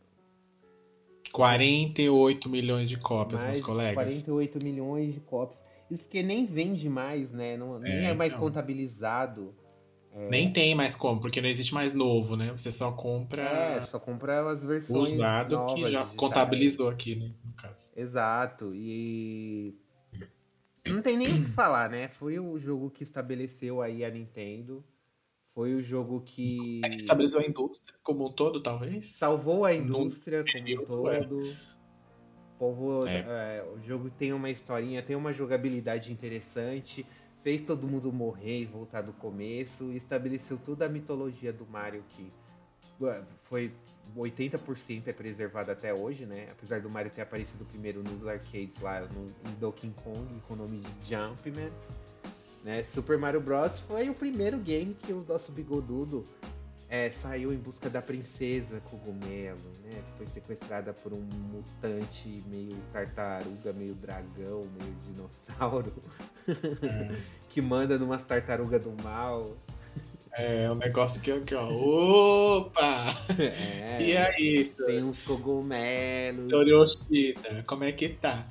48 milhões de cópias, mais meus colegas. 48 milhões de cópias. Isso porque nem vende mais, né? Nem é mais contabilizado. Nem tem mais como, porque não existe mais novo, né? Você só compra... só compra as versões usado novas, que já digitais. Contabilizou aqui, né? No caso. Exato. E Não tem nem o que falar, né? Foi o jogo que estabeleceu aí a Nintendo. Foi o jogo que É que estabeleceu a indústria como um todo, talvez? salvou a Num indústria como um período, é. todo. O povo, É. o jogo tem uma historinha, tem uma jogabilidade interessante, fez todo mundo morrer e voltar do começo, e estabeleceu toda a mitologia do Mario que foi 80% é preservado até hoje, né? Apesar do Mario ter aparecido primeiro nos arcades lá em Donkey Kong com o nome de Jumpman, né? Super Mario Bros. Foi o primeiro game que o nosso bigodudo saiu em busca da princesa Cogumelo, né? Que foi sequestrada por um mutante meio tartaruga, meio dragão, meio dinossauro, que manda numas tartarugas do mal. É um negócio que ó. Opa! E aí, Tem uns cogumelos. senhor Yoshida, como é que tá?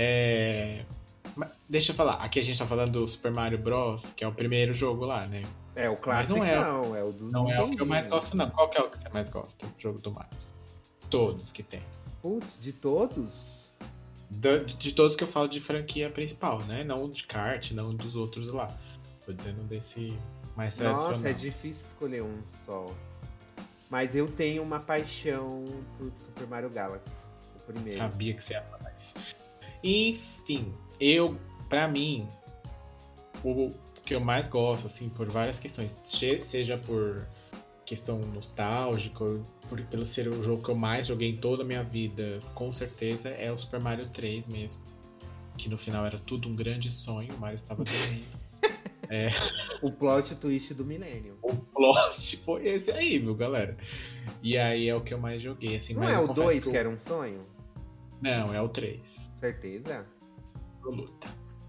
Deixa eu falar, aqui a gente tá falando do Super Mario Bros, que é o primeiro jogo lá, né? É, o clássico não é o do Não é o que eu mais Nintendinho. gosto, não. Qual que é o que você mais gosta? O jogo do Mario? Todos que tem. Putz, de todos? De todos que eu falo de franquia principal, né? Não de kart, não dos outros lá. Tô dizendo desse mais tradicional. Nossa, é difícil escolher um só. Mas eu tenho uma paixão por Super Mario Galaxy, o primeiro. Sabia que você ia falar isso. Enfim, pra mim, o que eu mais gosto, assim, por várias questões, seja por questão nostálgica, pelo ser o jogo que eu mais joguei em toda a minha vida, com certeza é o Super Mario 3 mesmo. Que no final era tudo um grande sonho, o Mario estava dormindo. O plot twist do milênio. O plot foi esse aí, meu galera. E aí é o que eu mais joguei, assim. Não mas é eu o confesso 2 que era um sonho? Não, é o 3. Certeza? Absoluta.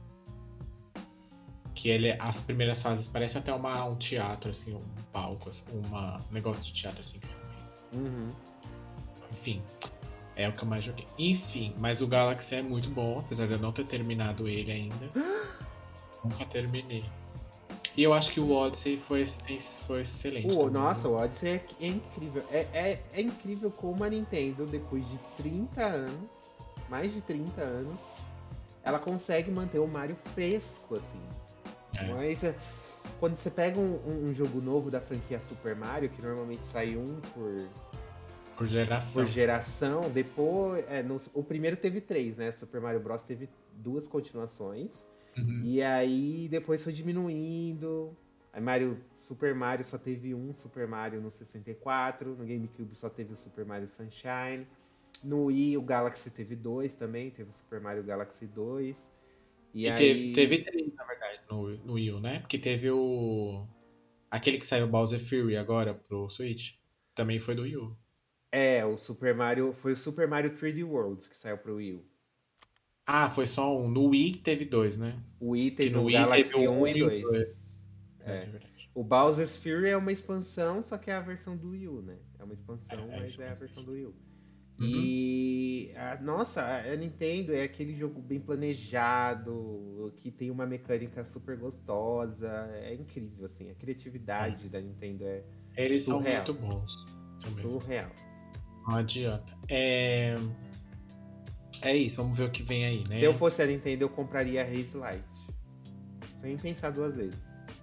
Que as primeiras fases parecem até um teatro, assim, um palco, assim, um negócio de teatro, assim, que você vê. Uhum. Enfim, é o que eu mais joguei. Enfim, mas o Galaxy é muito bom, apesar de eu não ter terminado ele ainda. Nunca terminei. E eu acho que o Odyssey foi excelente. Nossa, o Odyssey é incrível. É incrível como a Nintendo, depois de 30 anos, mais de 30 anos, ela consegue manter o Mario fresco, assim. Mas quando você pega um jogo novo da franquia Super Mario, que normalmente sai um por geração. Depois. O primeiro teve 3, né? Super Mario Bros. Teve 2 continuações. Uhum. E aí depois foi diminuindo. Aí Super Mario só teve um Super Mario no 64. No GameCube só teve o Super Mario Sunshine. No Wii o Galaxy teve 2 também. Teve o Super Mario Galaxy 2. E aí... teve 3, na verdade, no Wii U, né? Porque teve aquele que saiu Bowser Fury agora pro Switch. Também foi do Wii U. O Super Mario... Foi o Super Mario 3D World que saiu pro Wii U. Ah, foi só um. No Wii teve 2, né? O Wii teve no o Wii Galaxy teve 1 e 2. 2. É verdade. O Bowser's Fury é uma expansão, só que é a versão do Wii U, né? É uma expansão, mas é a versão do Wii U. Uhum. E, nossa, a Nintendo é aquele jogo bem planejado, que tem uma mecânica super gostosa. É incrível, assim. A criatividade da Nintendo é Eles surreal. são muito bons. Surreal. Não adianta. É isso, vamos ver o que vem aí, né? Se eu fosse a Nintendo, eu compraria a Haze Light. Sem pensar 2 vezes.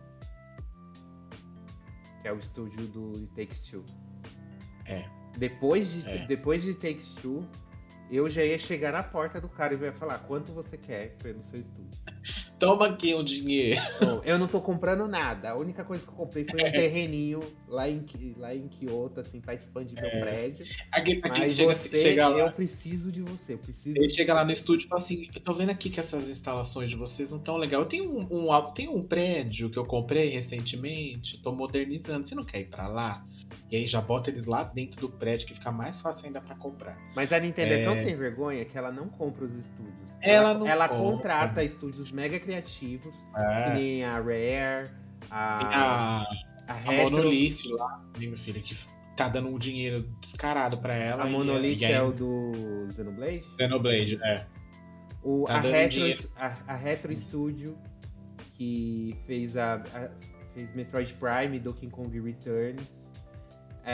Que é o estúdio do It Takes Two. Depois de Takes Two, eu já ia chegar na porta do cara e ia falar quanto você quer pelo seu estúdio. Toma aqui um dinheiro. Eu não tô comprando nada. A única coisa que eu comprei foi um terreninho lá em Kyoto, assim, pra expandir meu prédio. Aqui Mas chega lá. eu preciso de você. Ele chega lá no estúdio e fala assim: eu tô vendo aqui que essas instalações de vocês não tão legal. Eu tenho um prédio que eu comprei recentemente, tô modernizando. Você não quer ir pra lá? E aí já bota eles lá dentro do prédio, que fica mais fácil ainda pra comprar. Mas a Nintendo é tão sem vergonha que ela não compra os estúdios. Ela contrata estúdios mega criativos, que nem a Rare, a Retro. Monolith lá, meu filho, que tá dando um dinheiro descarado pra ela. A Monolith é o do Xenoblade? Xenoblade, A Retro Studio, que fez fez Metroid Prime e Donkey Kong Returns.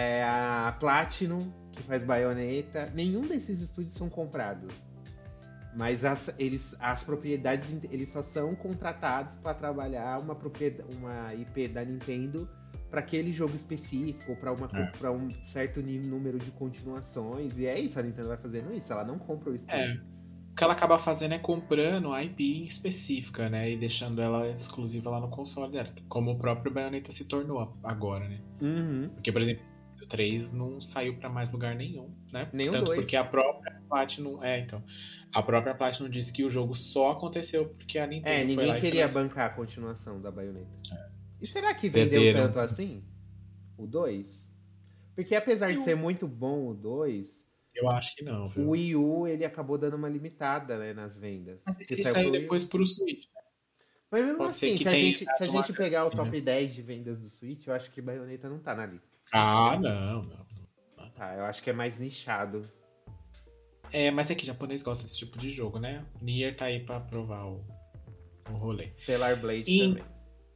A Platinum, que faz Bayonetta. Nenhum desses estúdios são comprados. Mas as propriedades, eles só são contratados para trabalhar uma IP da Nintendo para aquele jogo específico, ou para um certo número de continuações. E é isso, a Nintendo vai fazendo isso, ela não compra o estúdio. O que ela acaba fazendo é comprando a IP específica, né? E deixando ela exclusiva lá no console dela. Como o próprio Bayonetta se tornou agora, né? Uhum. Porque, por exemplo, o 3 não saiu pra mais lugar nenhum, né? Nem o Tanto 2. porque a própria Platinum... então. A própria Platinum disse que o jogo só aconteceu porque a Nintendo foi lá Ninguém e queria falou assim, bancar a continuação da Bayonetta. E será que vendeu tanto assim? O 2? Porque apesar de ser muito bom o 2... Eu acho que não, viu? O Wii U, ele acabou dando uma limitada, né, nas vendas. Mas ele saiu depois pro Switch, né? Mas mesmo Pode ser assim, que se tenha a gente pegar o uma top 10 de vendas do Switch, eu acho que Bayonetta não tá na lista. Ah, não. Tá, eu acho que é mais nichado. Mas é que japonês gosta desse tipo de jogo, né? Nier tá aí pra provar o rolê. Stellar Blade também.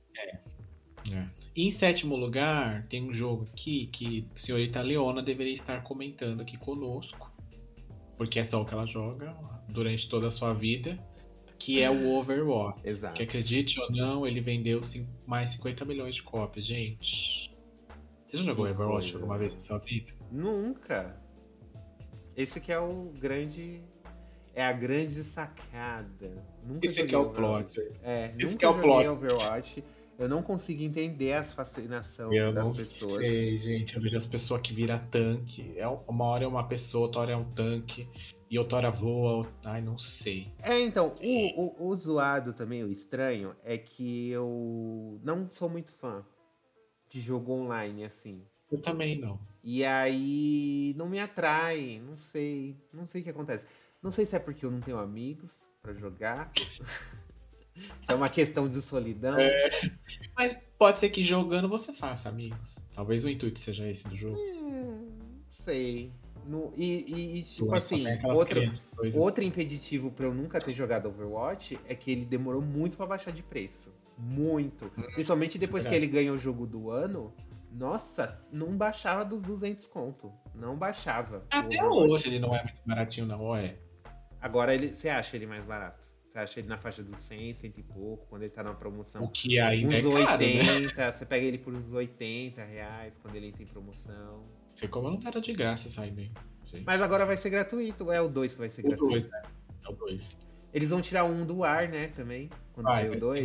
Em sétimo lugar, tem um jogo aqui que a senhorita Leona deveria estar comentando aqui conosco, porque é só o que ela joga durante toda a sua vida, que é o Overwatch. Exato. Que acredite ou não, ele vendeu mais 50 milhões de cópias, gente. Você já jogou Overwatch alguma vez na sua vida? Nunca. Esse que é o grande... É a grande sacada. Nunca Esse aqui é o plot. Esse que é o plot. Overwatch. Eu não consigo entender as fascinações das pessoas. Eu não sei, gente. Eu vejo as pessoas que viram tanque. Uma hora é uma pessoa, outra hora é um tanque. E outra hora voa. Ai, não sei. Então, o zoado também, o estranho, é que eu não sou muito fã de jogo online, assim. Eu também não. E aí, não me atrai. Não sei o que acontece. Não sei se é porque eu não tenho amigos pra jogar. Se é uma questão de solidão. Mas pode ser que jogando você faça amigos. Talvez o intuito seja esse do jogo. Não sei. Tipo Mas assim, também aquelas crianças, outro impeditivo pra eu nunca ter jogado Overwatch é que ele demorou muito pra baixar de preço. Muito. Principalmente depois que ele ganhou o jogo do ano. Nossa, não baixava dos 200 conto. Não baixava. Até hoje ele não é muito baratinho, não, ou é? Agora, você acha ele mais barato? Você acha ele na faixa dos 100, 100 e pouco, quando ele tá numa promoção? O que ainda uns é caro, 80, né? Você pega ele por uns 80 reais, quando ele entra em promoção. Você como não era de graça saindo aí. Mas agora vai ser gratuito, é o 2 que vai ser gratuito? O 2, né? É o 2. Eles vão tirar um do ar, né, também, quando sair o 2.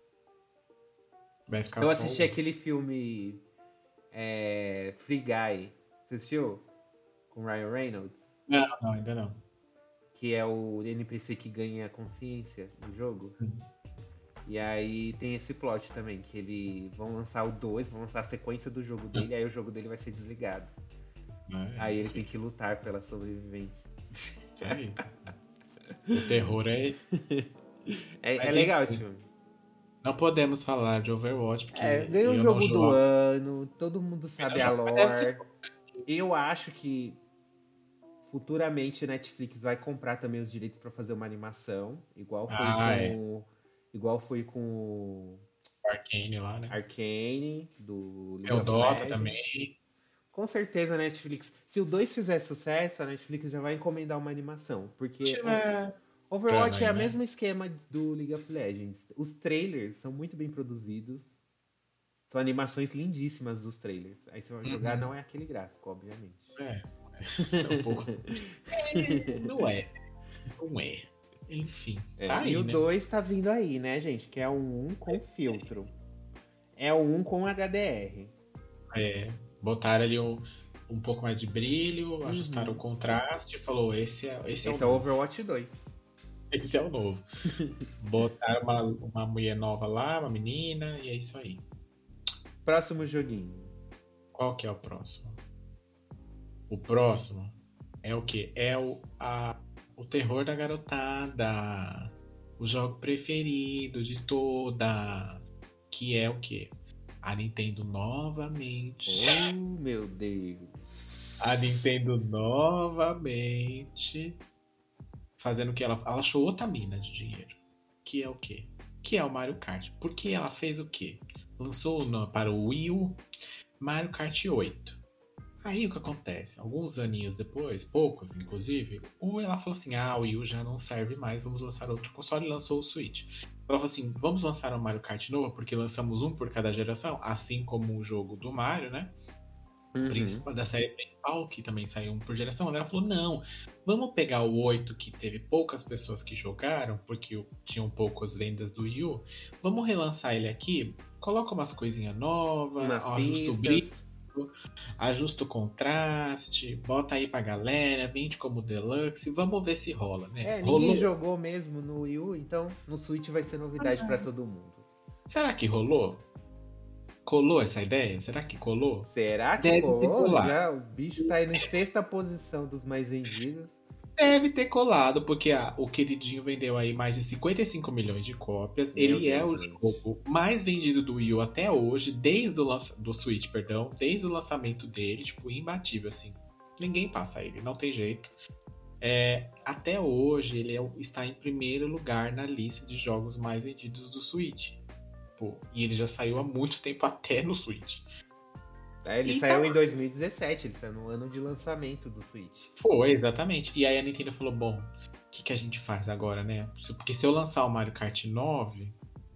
Vai ficar Eu assisti aquele filme Free Guy, você assistiu? Com Ryan Reynolds? Não, ainda não. Que é o NPC que ganha consciência no jogo. E aí tem esse plot também, que eles vão lançar o 2, vão lançar a sequência do jogo dele, aí o jogo dele vai ser desligado. Aí ele tem que lutar pela sobrevivência. Sério? O terror é esse. É legal esse filme. Não podemos falar de Overwatch, porque ganhou o jogo do ano, todo mundo sabe a lore. Eu acho que futuramente Netflix vai comprar também os direitos pra fazer uma animação, igual foi com o Arcane lá, né? Arcane, do League of Dota também. Com certeza a Netflix, se o 2 fizer sucesso, a Netflix já vai encomendar uma animação, porque Overwatch é o mesmo esquema do League of Legends. Os trailers são muito bem produzidos. São animações lindíssimas dos trailers. Aí você vai jogar, não é aquele gráfico, obviamente. É um pouco. Não é. Enfim, tá aí, e o né? 2 tá vindo aí, né, gente? Que é o 1 com filtro. É o 1 com HDR. Botaram ali um pouco mais de brilho, ajustaram o contraste e falou, esse é o Overwatch 2. Esse é o novo. Botaram uma mulher nova lá, uma menina, e é isso aí. Próximo joguinho. Qual que é o próximo? O próximo é o quê? É o terror da garotada. O jogo preferido de todas. Que é o quê? A Nintendo novamente. Oh, meu Deus. A Nintendo novamente fazendo o que ela achou outra mina de dinheiro. Que é o quê? Que é o Mario Kart. Porque ela fez o quê? Lançou para o Wii U Mario Kart 8. Aí o que acontece? Alguns aninhos depois, poucos inclusive, ela falou assim: o Wii U já não serve mais, vamos lançar outro console, e lançou o Switch. Ela falou assim: vamos lançar um Mario Kart novo, porque lançamos um por cada geração, assim como o jogo do Mario, né? Da série principal, que também saiu um por geração. Ela falou: não, vamos pegar o 8, que teve poucas pessoas que jogaram, porque tinham poucas vendas do Wii U, vamos relançar ele aqui, coloca umas coisinhas novas, ajusta o brilho, ajusta o contraste, bota aí pra galera, vende como deluxe, vamos ver se rola, né? Ninguém jogou mesmo no Wii U, então no Switch vai ser novidade pra todo mundo. Será que rolou? Colou essa ideia? Será que colou? Será que Deve colou? Já, o bicho tá aí na 6ª posição dos mais vendidos. Deve ter colado, porque o queridinho vendeu aí mais de 55 milhões de cópias. Ele é o jogo mais vendido do Wii U até hoje, do Switch, perdão, desde o lançamento dele, tipo, imbatível, assim. Ninguém passa ele, não tem jeito. Até hoje, ele está em primeiro lugar na lista de jogos mais vendidos do Switch. Pô, e ele já saiu há muito tempo até no Switch. Ele saiu em 2017, ele saiu no ano de lançamento do Switch. Foi, exatamente. E aí a Nintendo falou, bom, o que a gente faz agora, né? Porque se eu lançar o Mario Kart 9,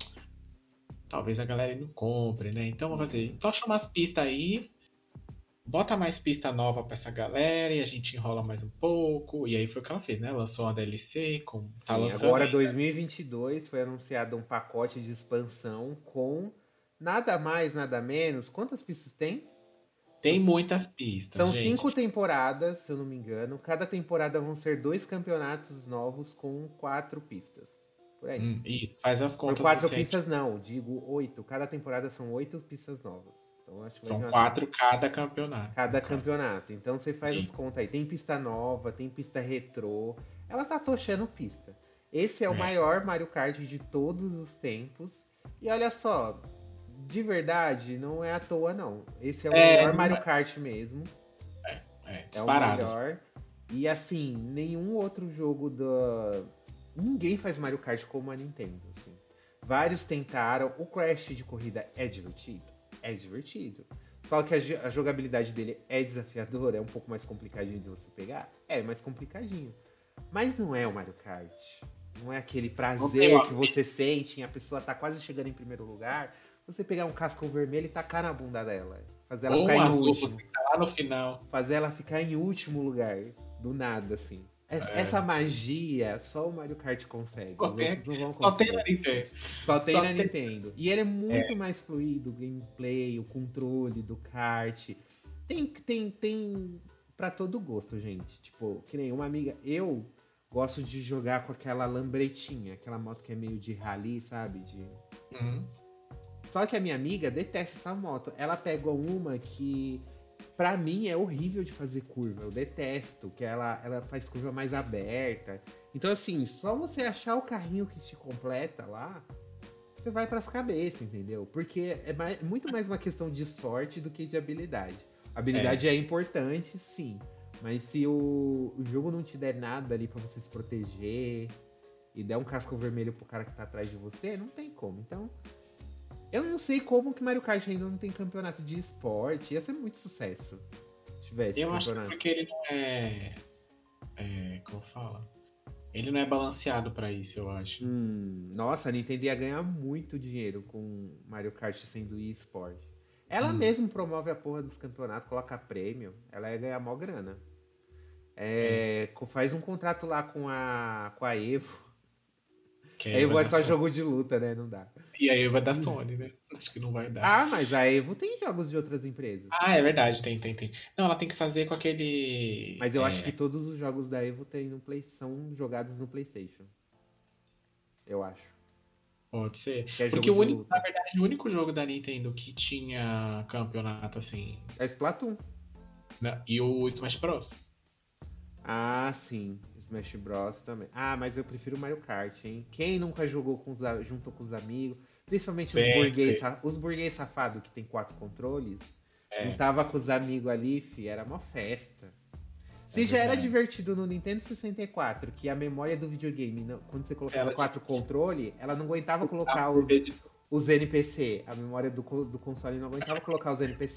talvez a galera não compre, né? Então vamos fazer, tocha umas pistas aí, bota mais pista nova pra essa galera e a gente enrola mais um pouco. E aí foi o que ela fez, né? Lançou uma DLC, tá lançando agora, ainda. 2022, foi anunciado um pacote de expansão com nada mais, nada menos. Quantas pistas tem? Tem muitas pistas, São gente. 5 temporadas, se eu não me engano. Cada temporada vão ser 2 campeonatos novos com 4 pistas. Por aí. Isso, faz as contas. Por 4 pistas não, digo 8. Cada temporada são 8 pistas novas. Então, acho que são 4 cada campeonato. Cada campeonato. Então você faz as contas aí. Tem pista nova, tem pista retrô. Ela tá tochando pista. Esse é o maior Mario Kart de todos os tempos. E olha só, de verdade, não é à toa, não. Esse é o melhor Mario Kart mesmo. Disparado. É o melhor. E assim, nenhum outro jogo Ninguém faz Mario Kart como a Nintendo. Assim. Vários tentaram. O Crash de corrida é divertido? É divertido. Só que a jogabilidade dele é desafiadora, é um pouco mais complicadinho de você pegar. É mais complicadinho. Mas não é o Mario Kart. Não é aquele prazer que você sente em a pessoa tá quase chegando em primeiro lugar. Você pegar um casco vermelho e tacar na bunda dela. Fazer ela ficar em último. Você tá lá no final. Fazer ela ficar em último lugar. Do nada, assim. Essa magia, só o Mario Kart consegue. Só Os outros não vão só conseguir. tem na Nintendo. Só tem na Nintendo. E ele é muito mais fluido, o gameplay, o controle do kart. Tem pra todo gosto, gente. Tipo, que nem uma amiga... Eu gosto de jogar com aquela lambretinha. Aquela moto que é meio de rally, sabe? Só que a minha amiga detesta essa moto. Ela pegou uma que... Pra mim é horrível de fazer curva, eu detesto, que ela faz curva mais aberta. Então assim, só você achar o carrinho que te completa lá, você vai pras cabeças, entendeu? Porque é muito mais uma questão de sorte do que de habilidade. A habilidade é importante, sim, mas se o jogo não te der nada ali pra você se proteger e der um casco vermelho pro cara que tá atrás de você, não tem como. Então... Eu não sei como que Mario Kart ainda não tem campeonato de esporte. Ia ser muito sucesso se tivesse eu campeonato. acho que porque ele não como fala? Ele não é balanceado pra isso, eu acho. Nossa, a Nintendo ia ganhar muito dinheiro com Mario Kart sendo eSport. Ela mesmo promove a porra dos campeonatos, coloca prêmio. Ela ia ganhar mó grana. Faz um contrato lá com a Evo. A Evo é só jogo de luta, né? Não dá. E a Evo é da Sony, né? Acho que não vai dar. Ah, mas a Evo tem jogos de outras empresas. Ah, é verdade, tem. Não, ela tem que fazer com aquele... Mas eu acho que todos os jogos da Evo são jogados no PlayStation. Eu acho. Pode ser. É porque na verdade, o único jogo da Nintendo que tinha campeonato assim... É Splatoon. Né? E o Smash Bros. Ah, sim. Smash Bros também. Ah, mas eu prefiro Mario Kart, hein? Quem nunca jogou junto com os amigos, principalmente os burguês safados que tem 4 controles, juntava com os amigos ali, era uma festa. Se já era divertido no Nintendo 64, que a memória do videogame, quando você colocava 4 controles, ela não aguentava colocar os NPC. A memória do console não aguentava colocar os NPC.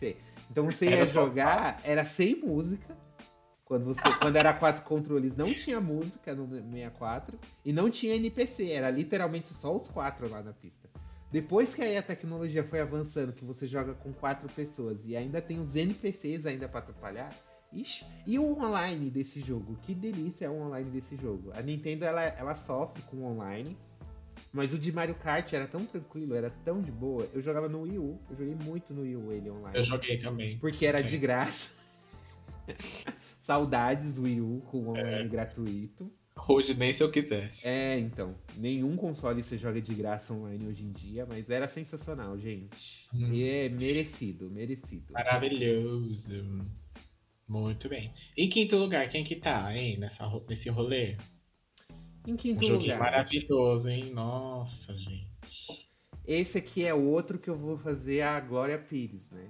Então você Era ia só os jogar, era sem música. Quando era 4 controles, não tinha música no 64 e não tinha NPC, era literalmente só os 4 lá na pista. Depois que aí a tecnologia foi avançando, que você joga com 4 pessoas e ainda tem os NPCs ainda pra atrapalhar. Ixi, e o online desse jogo? Que delícia é o online desse jogo. A Nintendo, ela sofre com o online, mas o de Mario Kart era tão tranquilo, era tão de boa. Eu jogava no Wii U, eu joguei muito no Wii U ele online. Eu joguei também. Porque era de graça. Saudades do Wii U com online gratuito. Hoje nem se eu quisesse. Então. Nenhum console você joga de graça online hoje em dia, mas era sensacional, gente. E é merecido. Maravilhoso. Muito bem. Em quinto lugar, quem que tá, hein? Nesse rolê? Em quinto Um joguinho lugar. maravilhoso, hein? Nossa, gente. Esse aqui é outro que eu vou fazer a Glória Pires, né?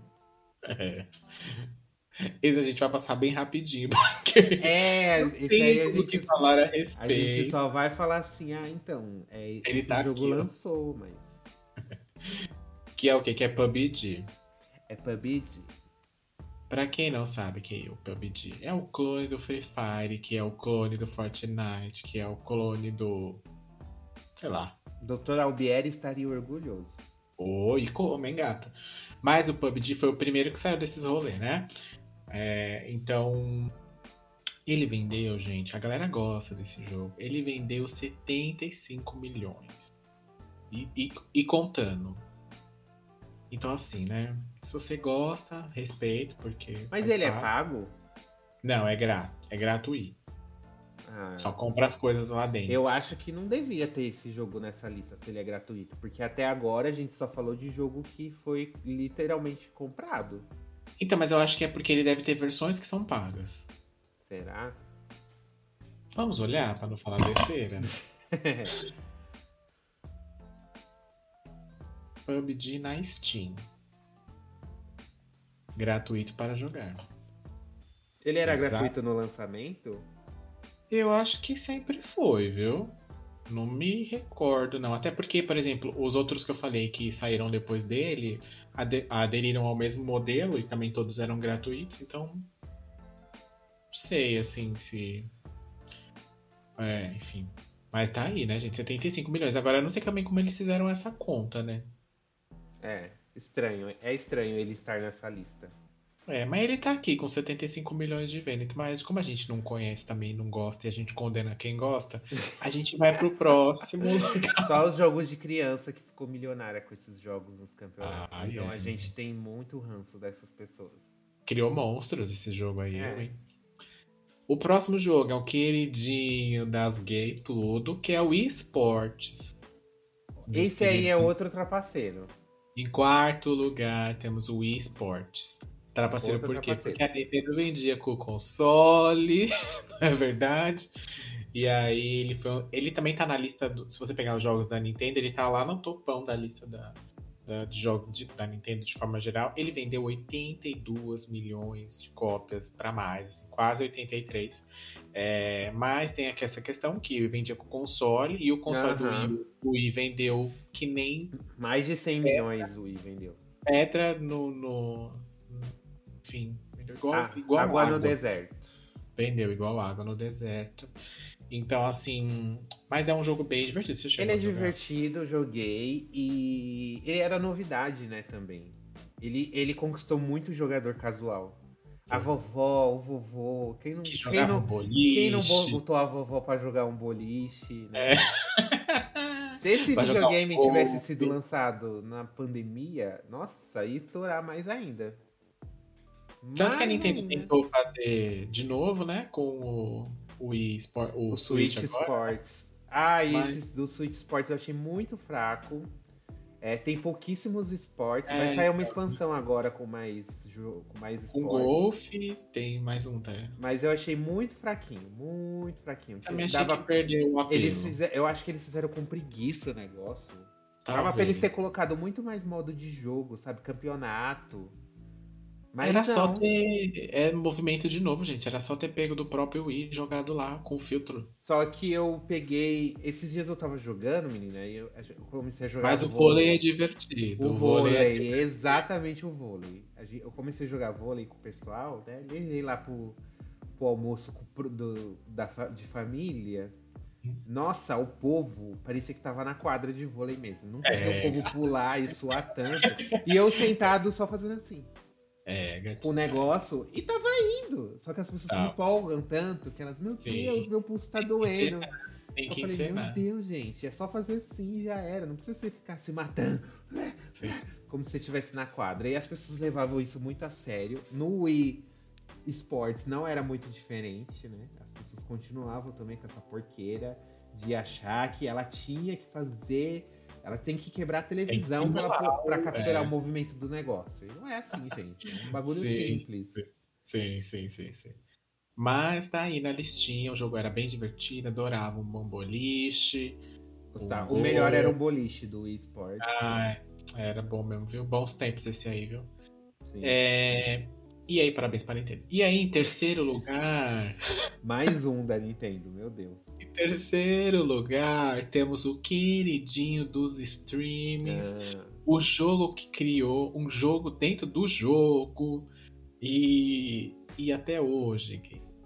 Esse a gente vai passar bem rapidinho, porque esse aí temos o que falar a a gente respeito. só vai falar assim, então, Ele esse tá jogo aqui, ó. lançou, mas... Que é o quê? Que é PUBG. É PUBG? Pra quem não sabe que é o PUBG, é o clone do Free Fire, que é o clone do Fortnite, que é o clone do... sei lá. Dr. Albieri estaria orgulhoso. Oi, como, hein, gata? Mas o PUBG foi o primeiro que saiu desses rolês, né? Então, ele vendeu, gente, a galera gosta desse jogo. Ele vendeu 75 milhões. E contando. Então, assim, né? Se você gosta, respeito, porque... Mas faz ele é parte. pago? Não, é gratuito. Ah, Só compra as coisas lá dentro. eu acho que não devia ter esse jogo nessa lista, se ele é gratuito. Porque até agora a gente só falou de jogo que foi literalmente comprado. Então, mas eu acho que é porque ele deve ter versões que são pagas. Será? Vamos olhar pra não falar besteira? PUBG na Steam. Gratuito para jogar. Ele era Exato. gratuito no lançamento? Eu acho que sempre foi, viu? Não me recordo, não. Até porque, por exemplo, os outros que eu falei que saíram depois dele aderiram ao mesmo modelo e também todos eram gratuitos, então. Não sei, assim, se. Enfim. Mas tá aí, né, gente? 75 milhões. Agora, eu não sei também como eles fizeram essa conta, né? Estranho. É estranho ele estar nessa lista. Mas ele tá aqui com 75 milhões de vendas. Mas como a gente não conhece também, não gosta e a gente condena quem gosta, a gente vai pro próximo. Só os jogos de criança que ficou milionária com esses jogos nos campeonatos. Ah, então é. a gente tem muito ranço dessas pessoas. Criou monstros esse jogo aí, É. hein? O próximo jogo é o queridinho das gay tudo, que é o eSports. Esse aí é outro trapaceiro. Em quarto lugar, temos o eSports. Trapaceiro Outro por quê? trapaceiro. Porque a Nintendo vendia com o console, não é verdade? E aí ele também tá na lista, se você pegar os jogos da Nintendo, ele tá lá no topão da lista de jogos da Nintendo de forma geral. Ele vendeu 82 milhões de cópias pra mais, assim, quase 83. Mas tem aqui essa questão que vendia com o console, e o console do Wii vendeu que nem Mais de 100 milhões o Wii vendeu. pedra enfim, vendeu igual água água. no deserto. Vendeu igual água no deserto. Então, assim... Mas é um jogo bem divertido. Você chegou Ele é a jogar? divertido, eu joguei. E ele era novidade, né, também. Ele conquistou muito jogador casual. A vovó, o vovô. Quem não, Que quem jogava não, boliche. quem não botou a vovó pra jogar um boliche, né? Se esse Pra jogar videogame um tivesse golfe. sido lançado na pandemia, nossa, ia estourar mais ainda. Tanto que a Mais Nintendo ainda. tentou fazer de novo, né? Com o O Switch Switch agora. Sports. Mas- Esse do Switch Sports eu achei muito fraco. Tem pouquíssimos esportes. Vai É, sair uma expansão agora com mais Com esportes. golfe, tem mais um, tá? Mas eu achei muito fraquinho, muito fraquinho. Também achei que perdeu o apelo. Eu acho que eles fizeram com preguiça o negócio. Dava pra Talvez. eles ter colocado muito mais modo de jogo, sabe? Campeonato. Mas Era não. só ter movimento de novo, gente. Era só ter pego do próprio Wii e jogado lá com o filtro. Só que eu peguei... Esses dias eu tava jogando, menina, e eu comecei a jogar Mas o vôlei é divertido. O vôlei, exatamente o vôlei. eu comecei a jogar vôlei com o pessoal, né? Levei lá pro almoço de família. Nossa, o povo parecia que tava na quadra de vôlei mesmo. Nunca vi o povo pular e suar tanto. E eu sentado só fazendo assim. Gatinho. O negócio. E tava indo. Só que as pessoas se empolgam tanto que elas, meu Deus, meu pulso tá doendo. Tem que eu falei, encenar. meu Deus, gente, é só fazer assim e já era. Não precisa você ficar se matando. Sim. Como se você estivesse na quadra. E as pessoas levavam isso muito a sério. No Wii Sports não era muito diferente, né? As pessoas continuavam também com essa porqueira de achar que ela tinha que fazer. Ela tem que quebrar a televisão pra capturar o movimento do negócio. E não é assim, gente. É um bagulho simples. Sim. Mas tá aí na listinha, o jogo era bem divertido, adorava um bom boliche. O melhor era o boliche do Wii Sports. Era bom mesmo, viu? Bons tempos esse aí, viu? Sim. E aí, parabéns para a Nintendo. E aí, em terceiro lugar... Mais um da Nintendo, meu Deus. Em terceiro lugar, temos o queridinho dos streamings. O jogo que criou um jogo dentro do jogo. E até hoje,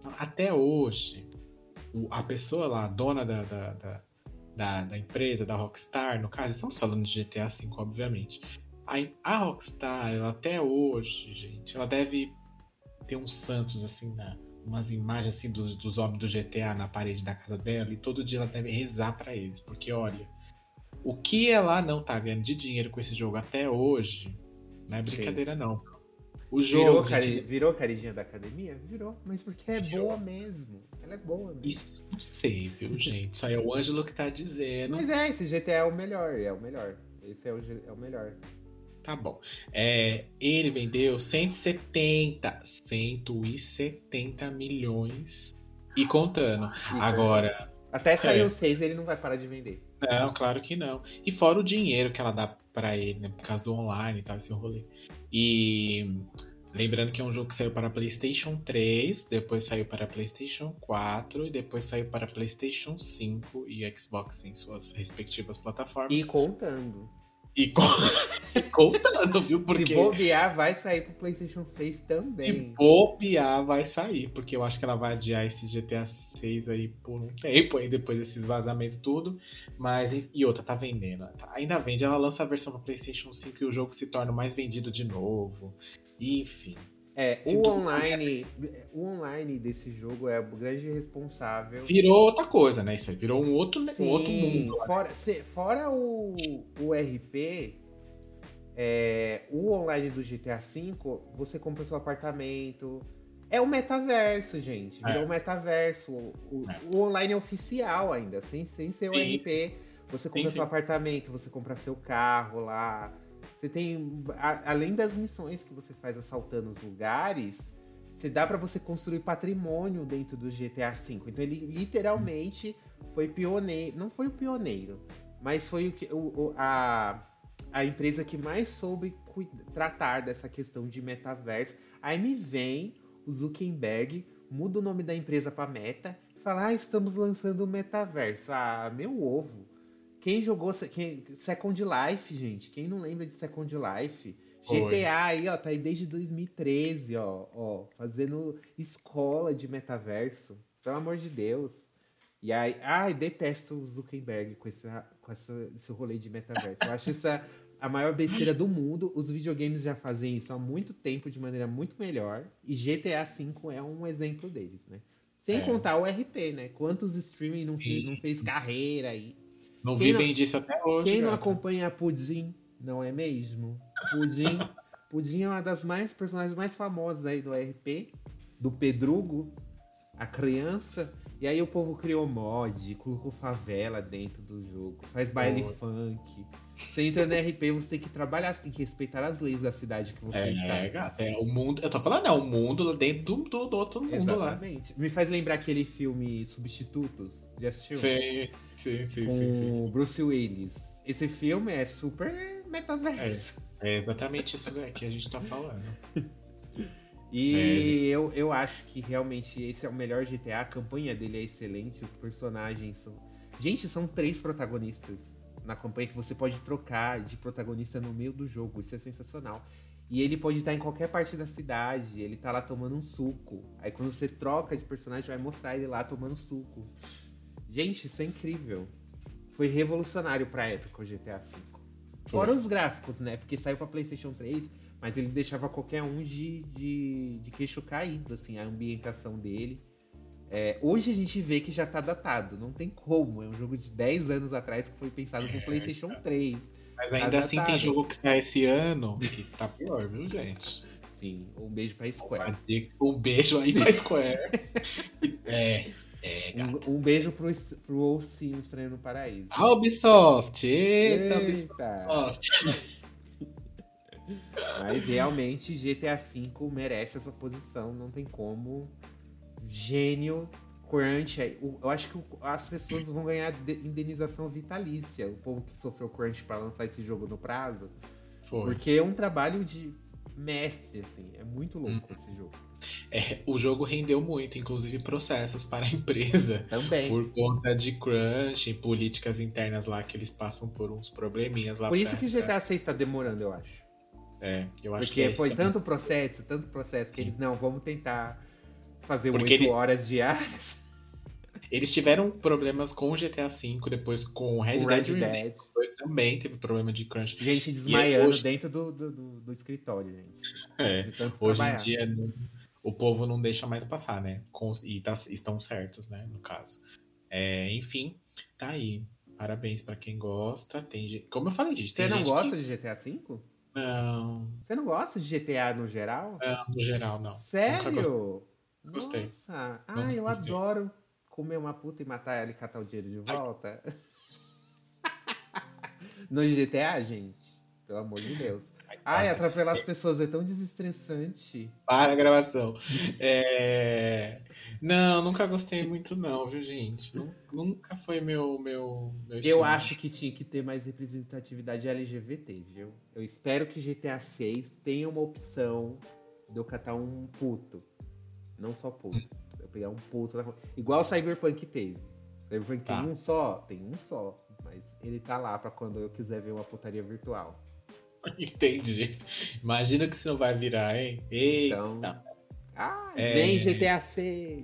a pessoa lá, a dona da empresa, da Rockstar, no caso, estamos falando de GTA V, obviamente. A Rockstar, ela até hoje, gente, ela deve ter uns santos, assim, umas imagens assim dos homens do GTA na parede da casa dela, e todo dia ela deve rezar pra eles, porque olha, o que ela não tá ganhando de dinheiro com esse jogo até hoje, não é brincadeira não. O jogo, virou caridinha da academia? Virou, mas porque é boa mesmo. Ela é boa mesmo. Isso não sei, viu, gente? Isso aí é o Ângelo que tá dizendo. Mas esse GTA é o melhor, Esse é o melhor. Tá bom. Ele vendeu 170 milhões e contando. Agora... Até sair o 6, ele não vai parar de vender. Não, claro que não. E fora o dinheiro que ela dá pra ele, né? Por causa do online e tal, esse rolê. E lembrando que é um jogo que saiu para PlayStation 3, depois saiu para PlayStation 4 e depois saiu para PlayStation 5 e Xbox em suas respectivas plataformas. E contando. E contando, viu? Porque se bobear, vai sair pro PlayStation 6 também. Se bobear, vai sair. Porque eu acho que ela vai adiar esse GTA 6 aí por um tempo, aí depois desses vazamentos tudo. Mas, e outra, tá vendendo. Ainda vende, ela lança a versão pro PlayStation 5 e o jogo se torna mais vendido de novo. E, enfim. O online desse jogo é o grande responsável. Virou outra coisa, né? Isso aí virou um outro mundo. Fora o RP, o online do GTA V, você compra seu apartamento. É o metaverso, gente. Virou o metaverso. O online é oficial ainda, sem ser o RP. Você compra seu apartamento, você compra seu carro lá. Você tem, além das missões que você faz assaltando os lugares, você dá pra você construir patrimônio dentro do GTA V. Então ele literalmente foi pioneiro. Não foi o pioneiro, mas foi a empresa que mais soube tratar dessa questão de metaverso. Aí me vem o Zuckerberg, muda o nome da empresa pra Meta e fala, estamos lançando o metaverso. Meu ovo. Quem jogou Second Life, gente? Quem não lembra de Second Life? GTA aí, ó, tá aí desde 2013, ó, fazendo escola de metaverso. Pelo amor de Deus. E aí, detesto o Zuckerberg com esse rolê de metaverso. Eu acho isso a maior besteira do mundo. Os videogames já fazem isso há muito tempo, de maneira muito melhor. E GTA V é um exemplo deles, né? Sem contar o RP, né? Quantos streaming não fez carreira aí. Não vivem disso até hoje. Quem não acompanha a Pudim, não é mesmo? Pudim é uma das personagens mais famosas aí do RP, do Pedrugo, a criança. E aí o povo criou mod, colocou favela dentro do jogo, faz baile funk. Você entra no RP, você tem que trabalhar, você tem que respeitar as leis da cidade que você está. Gata, o mundo. Eu tô falando, o mundo lá dentro do outro mundo. Exatamente. Me faz lembrar aquele filme Substitutos. Já assistiu? Sim. Com Bruce Willis. Esse filme é super metaverso. É exatamente isso que a gente tá falando. E eu acho que realmente esse é o melhor GTA. A campanha dele é excelente. Os personagens são... Gente, são 3 protagonistas na campanha que você pode trocar de protagonista no meio do jogo. Isso é sensacional. E ele pode estar em qualquer parte da cidade. Ele tá lá tomando um suco. Aí quando você troca de personagem, vai mostrar ele lá tomando suco. Gente, isso é incrível. Foi revolucionário pra época o GTA V. Fora os gráficos, né? Porque saiu pra PlayStation 3, mas ele deixava qualquer um de queixo caído, assim, a ambientação dele. Hoje a gente vê que já tá datado, não tem como. É um jogo de 10 anos atrás que foi pensado pro PlayStation 3. Mas ainda assim tem jogo que sai esse ano que tá pior, viu, gente? Sim, um beijo pra Square. Um beijo aí pra Square. Um beijo pro Ursinho Estranho no Paraíso. A Ubisoft! Eita, Eita. Ubisoft! Mas realmente GTA V merece essa posição, não tem como. Gênio, crunch. Eu acho que as pessoas vão ganhar indenização vitalícia. O povo que sofreu crunch pra lançar esse jogo no prazo. Foi. Porque é um trabalho de mestre, assim. É muito louco esse jogo. O jogo rendeu muito, inclusive processos para a empresa. Também. Por conta de crunch e políticas internas lá que eles passam por uns probleminhas lá. Por isso que GTA 6 tá demorando, eu acho. Eu acho Porque que foi também. tanto processo que eles, não, vamos tentar fazer Porque 8 eles- horas diárias. Eles tiveram problemas com o GTA V, depois com o Red Com Dead Red Redemption Dead. 2 também teve problema de crunch. Gente E aí, desmaiando hoje- dentro do escritório, gente. É, De tanto hoje em trabalhar. dia o povo não deixa mais passar, né? Estão certos, né? No caso. Enfim, tá aí. Parabéns pra quem gosta. Como eu falei, gente, Você tem não gente gosta que... de GTA V? Não, Você não gosta de GTA no geral? no geral, não. Nunca gostei. Sério? Gostei. Nossa. Nunca Eu gostei. adoro comer uma puta e matar ela e catar o dinheiro de volta. No GTA, gente? Pelo amor de Deus. Atropelar as pessoas é tão desestressante. Para a gravação. Não, nunca gostei muito não, viu, gente? Nunca foi meu Eu estilo. acho que tinha que ter mais representatividade LGBT, viu? Eu espero que GTA 6 tenha uma opção de eu catar um puto. Não só puto. Eu pegar um puto na rua. Igual o Cyberpunk teve. Cyberpunk Tá. tem um só? Tem um só. Mas ele tá lá pra quando eu quiser ver uma putaria virtual. Entendi. Imagina que você não vai virar, hein? Eita. Então. Vem GTA 6!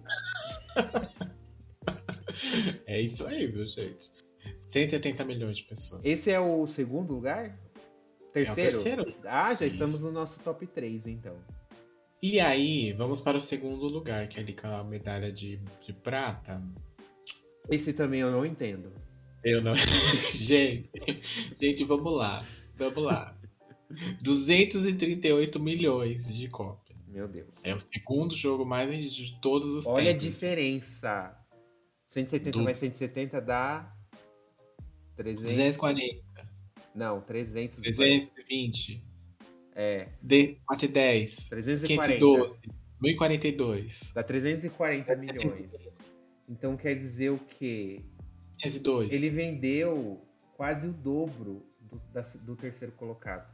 É isso aí, viu, gente? 170 milhões de pessoas. Esse é o segundo lugar? Terceiro? É o terceiro. Já Isso. estamos no nosso top 3, então. E aí, vamos para o segundo lugar, que é ali com a medalha de prata. Esse também eu não entendo. Eu não. Gente, vamos lá. Vamos lá. 238 milhões de cópias. Meu Deus. É o segundo jogo mais vendido de todos os Olha a tempos. diferença. 170 mais 170 dá 300. 240, Não, 300. 320, É, 410, 340. 512, 1042, Dá 340 milhões. Então quer dizer o quê? 502. Ele vendeu quase o dobro do terceiro colocado.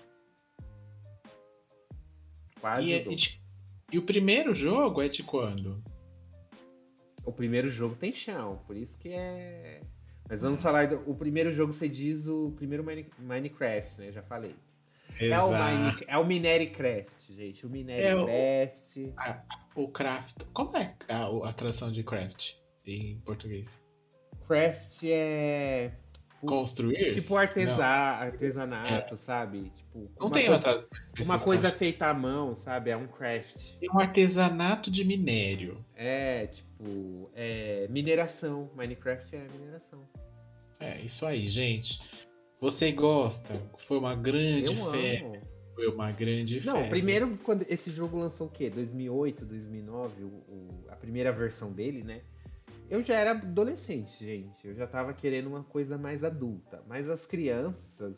Quase o dobro. E o primeiro jogo é de quando? O primeiro jogo tem chão, por isso que é... Mas vamos falar... O primeiro jogo, você diz o primeiro Minecraft, né? Já falei. Exato. É o Minericraft, gente. O Minericraft. O craft. Como é a tradução de craft em português? Craft é... Construir? Tipo artesanato, sabe? Tipo, Não tem uma tradução uma específica. coisa feita à mão, sabe? É um craft. É um artesanato de minério. Mineração. Minecraft é mineração. É isso aí, gente. Você gosta? Foi uma grande Eu fé. amo. Foi uma grande Não, fé. primeiro, quando esse jogo lançou o quê? 2008, 2009, a primeira versão dele, né? Eu já era adolescente, gente. Eu já tava querendo uma coisa mais adulta. Mas as crianças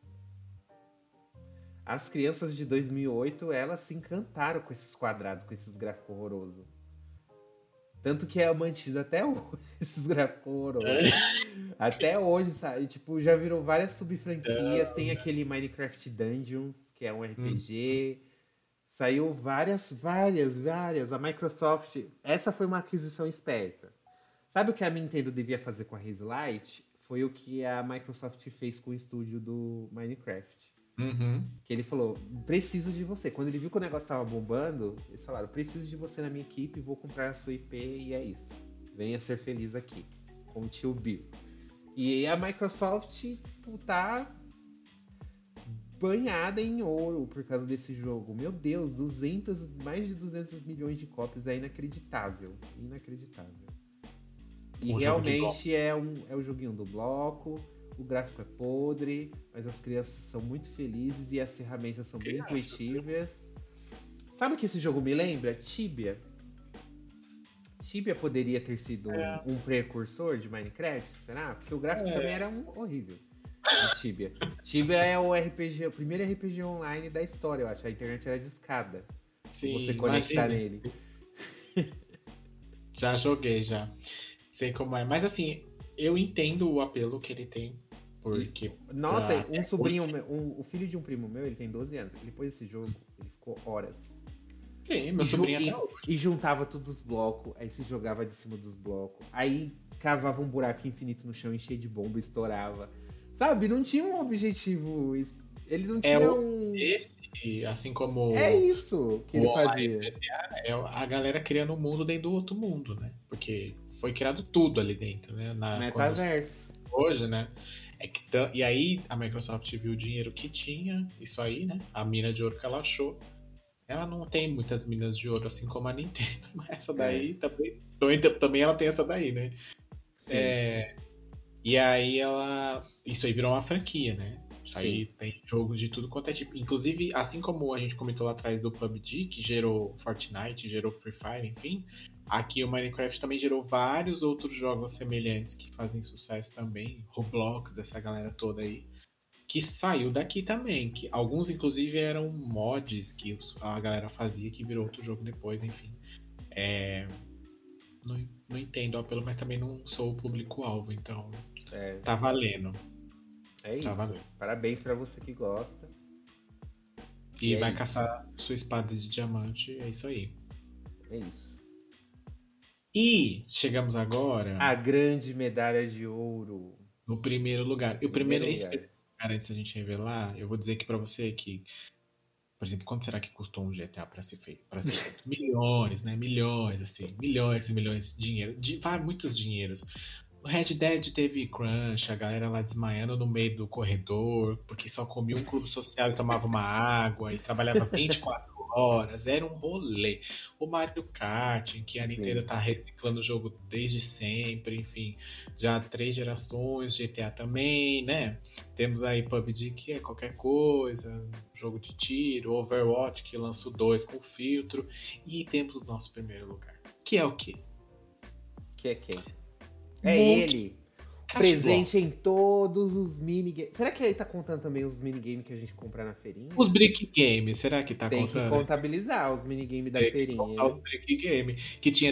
de 2008, elas se encantaram com esses quadrados, com esses gráficos horrorosos. Tanto que é mantido até hoje, esses gráficos horrorosos. Até hoje, sabe? Tipo, já virou várias subfranquias. Tem aquele Minecraft Dungeons, que é um RPG. Saiu várias. A Microsoft... Essa foi uma aquisição esperta. Sabe o que a Nintendo devia fazer com a Haze Light? Foi o que a Microsoft fez com o estúdio do Minecraft. Uhum. Que ele falou, preciso de você. Quando ele viu que o negócio tava bombando, eles falaram, preciso de você na minha equipe, vou comprar a sua IP e é isso. Venha ser feliz aqui, com o tio Bill. E a Microsoft, tipo, tá banhada em ouro por causa desse jogo. Meu Deus, mais de 200 milhões de cópias, é inacreditável. Inacreditável. E realmente é o joguinho do bloco, o gráfico é podre, mas as crianças são muito felizes e as ferramentas são bem intuitivas. Sabe o que esse jogo me lembra? Tibia. Tibia poderia ter sido um precursor de Minecraft, será? Porque o gráfico também era horrível. Tibia. Tibia é o primeiro RPG online da história, eu acho. A internet era discada. Sim, você conectar nele. Já joguei, já. Sei como é. Mas assim, eu entendo o apelo que ele tem. Porque. Nossa, um sobrinho, o filho de um primo meu, ele tem 12 anos. Ele pôs esse jogo, ele ficou horas. Sim, meu sobrinho até hoje. E juntava todos os blocos, aí se jogava de cima dos blocos. Aí cavava um buraco infinito no chão, enchia de bomba, estourava. Sabe? Não tinha um objetivo. Ele não tinha Esse, assim como. É isso que ele fazia. É a galera criando um mundo dentro do outro mundo, né? Porque foi criado tudo ali dentro, né? Metaverso. Hoje, né? E aí a Microsoft viu o dinheiro que tinha, isso aí, né? A mina de ouro que ela achou. Ela não tem muitas minas de ouro assim como a Nintendo, mas essa daí também ela tem essa daí, né? Sim. E aí isso aí virou uma franquia, né? Isso aí tem jogos de tudo quanto é tipo. Inclusive, assim como a gente comentou lá atrás do PUBG, que gerou Fortnite, gerou Free Fire, enfim, aqui o Minecraft também gerou vários outros jogos semelhantes que fazem sucesso também. Roblox, essa galera toda aí. Que saiu daqui também. Que alguns, inclusive, eram mods que a galera fazia, que virou outro jogo depois, enfim. Não entendo o apelo, mas também não sou o público-alvo, então tá valendo. É isso. Tá valendo. Parabéns pra você que gosta. E vai caçar sua espada de diamante, é isso aí. É isso. E chegamos agora... A grande medalha de ouro. No primeiro lugar. E o primeiro lugar, antes da gente revelar, eu vou dizer aqui pra você que, por exemplo, quanto será que custou um GTA pra ser feito? Milhões, né? Milhões, assim. Milhões e milhões de dinheiro. Muitos dinheiros. O Red Dead teve crunch, a galera lá desmaiando no meio do corredor, porque só comia um clube social e tomava uma água, e trabalhava 24 horas, era um rolê. O Mario Kart, em que a Nintendo tá reciclando o jogo desde sempre, enfim, já há 3 gerações, GTA também, né? Temos aí PUBG, que é qualquer coisa, jogo de tiro, Overwatch, que lança o 2 com filtro, e temos o nosso primeiro lugar, que é o quê? Que é quem? É ele. Presente em todos os minigames. Será que ele tá contando também os minigames que a gente compra na feirinha? Os Brick Games, será que tá contando? Tem que contabilizar os minigames da feirinha. Tem que contar os Brick Game, que tinha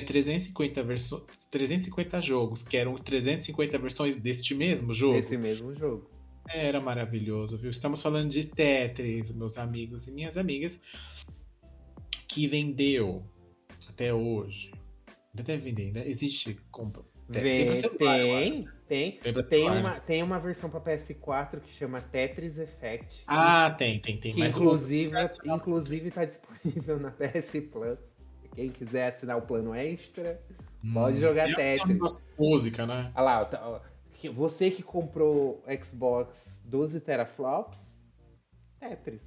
350 jogos, que eram 350 versões deste mesmo jogo. Desse mesmo jogo. Era maravilhoso, viu? Estamos falando de Tetris, meus amigos e minhas amigas, que vendeu até hoje. Ainda deve vender, ainda existe compra. Tem pra celular, eu acho. Tem uma versão pra PS4 que chama Tetris Effect. Ah, tem. Que mas inclusive tá disponível na PS Plus. Quem quiser assinar o plano extra, pode jogar Tetris. Música, né? Olha lá, você que comprou Xbox 12 teraflops, Tetris.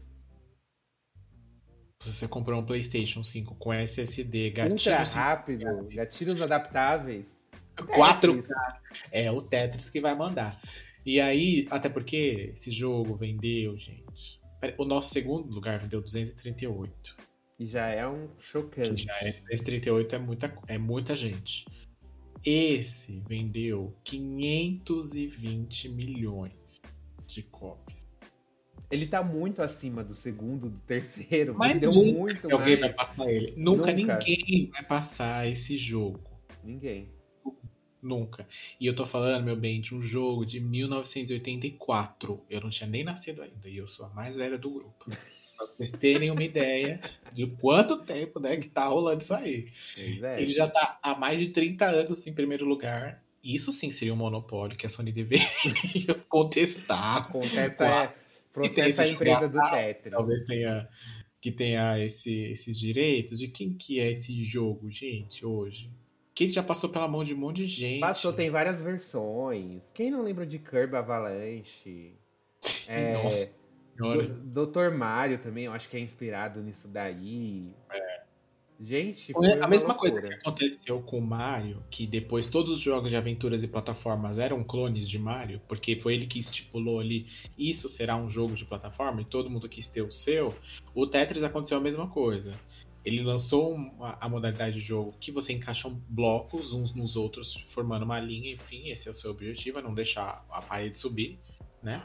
Se você comprou um PlayStation 5 com SSD, gatilhos ultra rápido, gatilhos adaptáveis, 4K, é o Tetris que vai mandar. E aí, até porque esse jogo vendeu, gente. O nosso segundo lugar vendeu 238. E já é um chocante. Já é 238, é muita gente. Esse vendeu 520 milhões de cópias. Ele tá muito acima do segundo, do terceiro. Mas vendeu nunca muito alguém mais. vai passar ele. Nunca ninguém vai passar esse jogo. Ninguém. Nunca. E eu tô falando, meu bem, de um jogo de 1984. Eu não tinha nem nascido ainda. E eu sou a mais velha do grupo. Pra vocês terem uma ideia de quanto tempo, né, que tá rolando isso aí. Ele já tá há mais de 30 anos em primeiro lugar. Isso sim seria um monopólio que a Sony deveria contestar. Processa a empresa do Tetris. Talvez tenha esses direitos. De quem que é esse jogo, gente, hoje? Que ele já passou pela mão de um monte de gente. Passou, tem várias versões. Quem não lembra de Kirby Avalanche? Nossa senhora. Dr. Mario também, eu acho que é inspirado nisso daí. Gente, Foi foi a mesma coisa loucura. que aconteceu com o Mario, que depois todos os jogos de aventuras e plataformas eram clones de Mario, porque foi ele que estipulou ali, isso será um jogo de plataforma, e todo mundo quis ter o seu. O Tetris aconteceu a mesma coisa. Ele lançou a modalidade de jogo que você encaixa blocos uns nos outros, formando uma linha, enfim, esse é o seu objetivo, é não deixar a parede subir, né?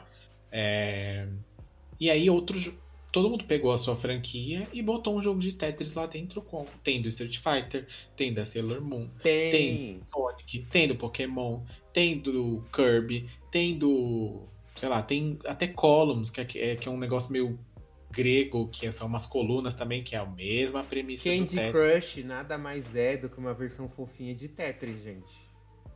E aí todo mundo pegou a sua franquia e botou um jogo de Tetris lá dentro. Tem do Street Fighter, tem da Sailor Moon, tem do Sonic, tem do Pokémon, tem do Kirby, tem do... sei lá, tem até Columns, que é um negócio meio grego, que são umas colunas também, que é a mesma premissa do Tetris. Candy Crush nada mais é do que uma versão fofinha de Tetris, gente.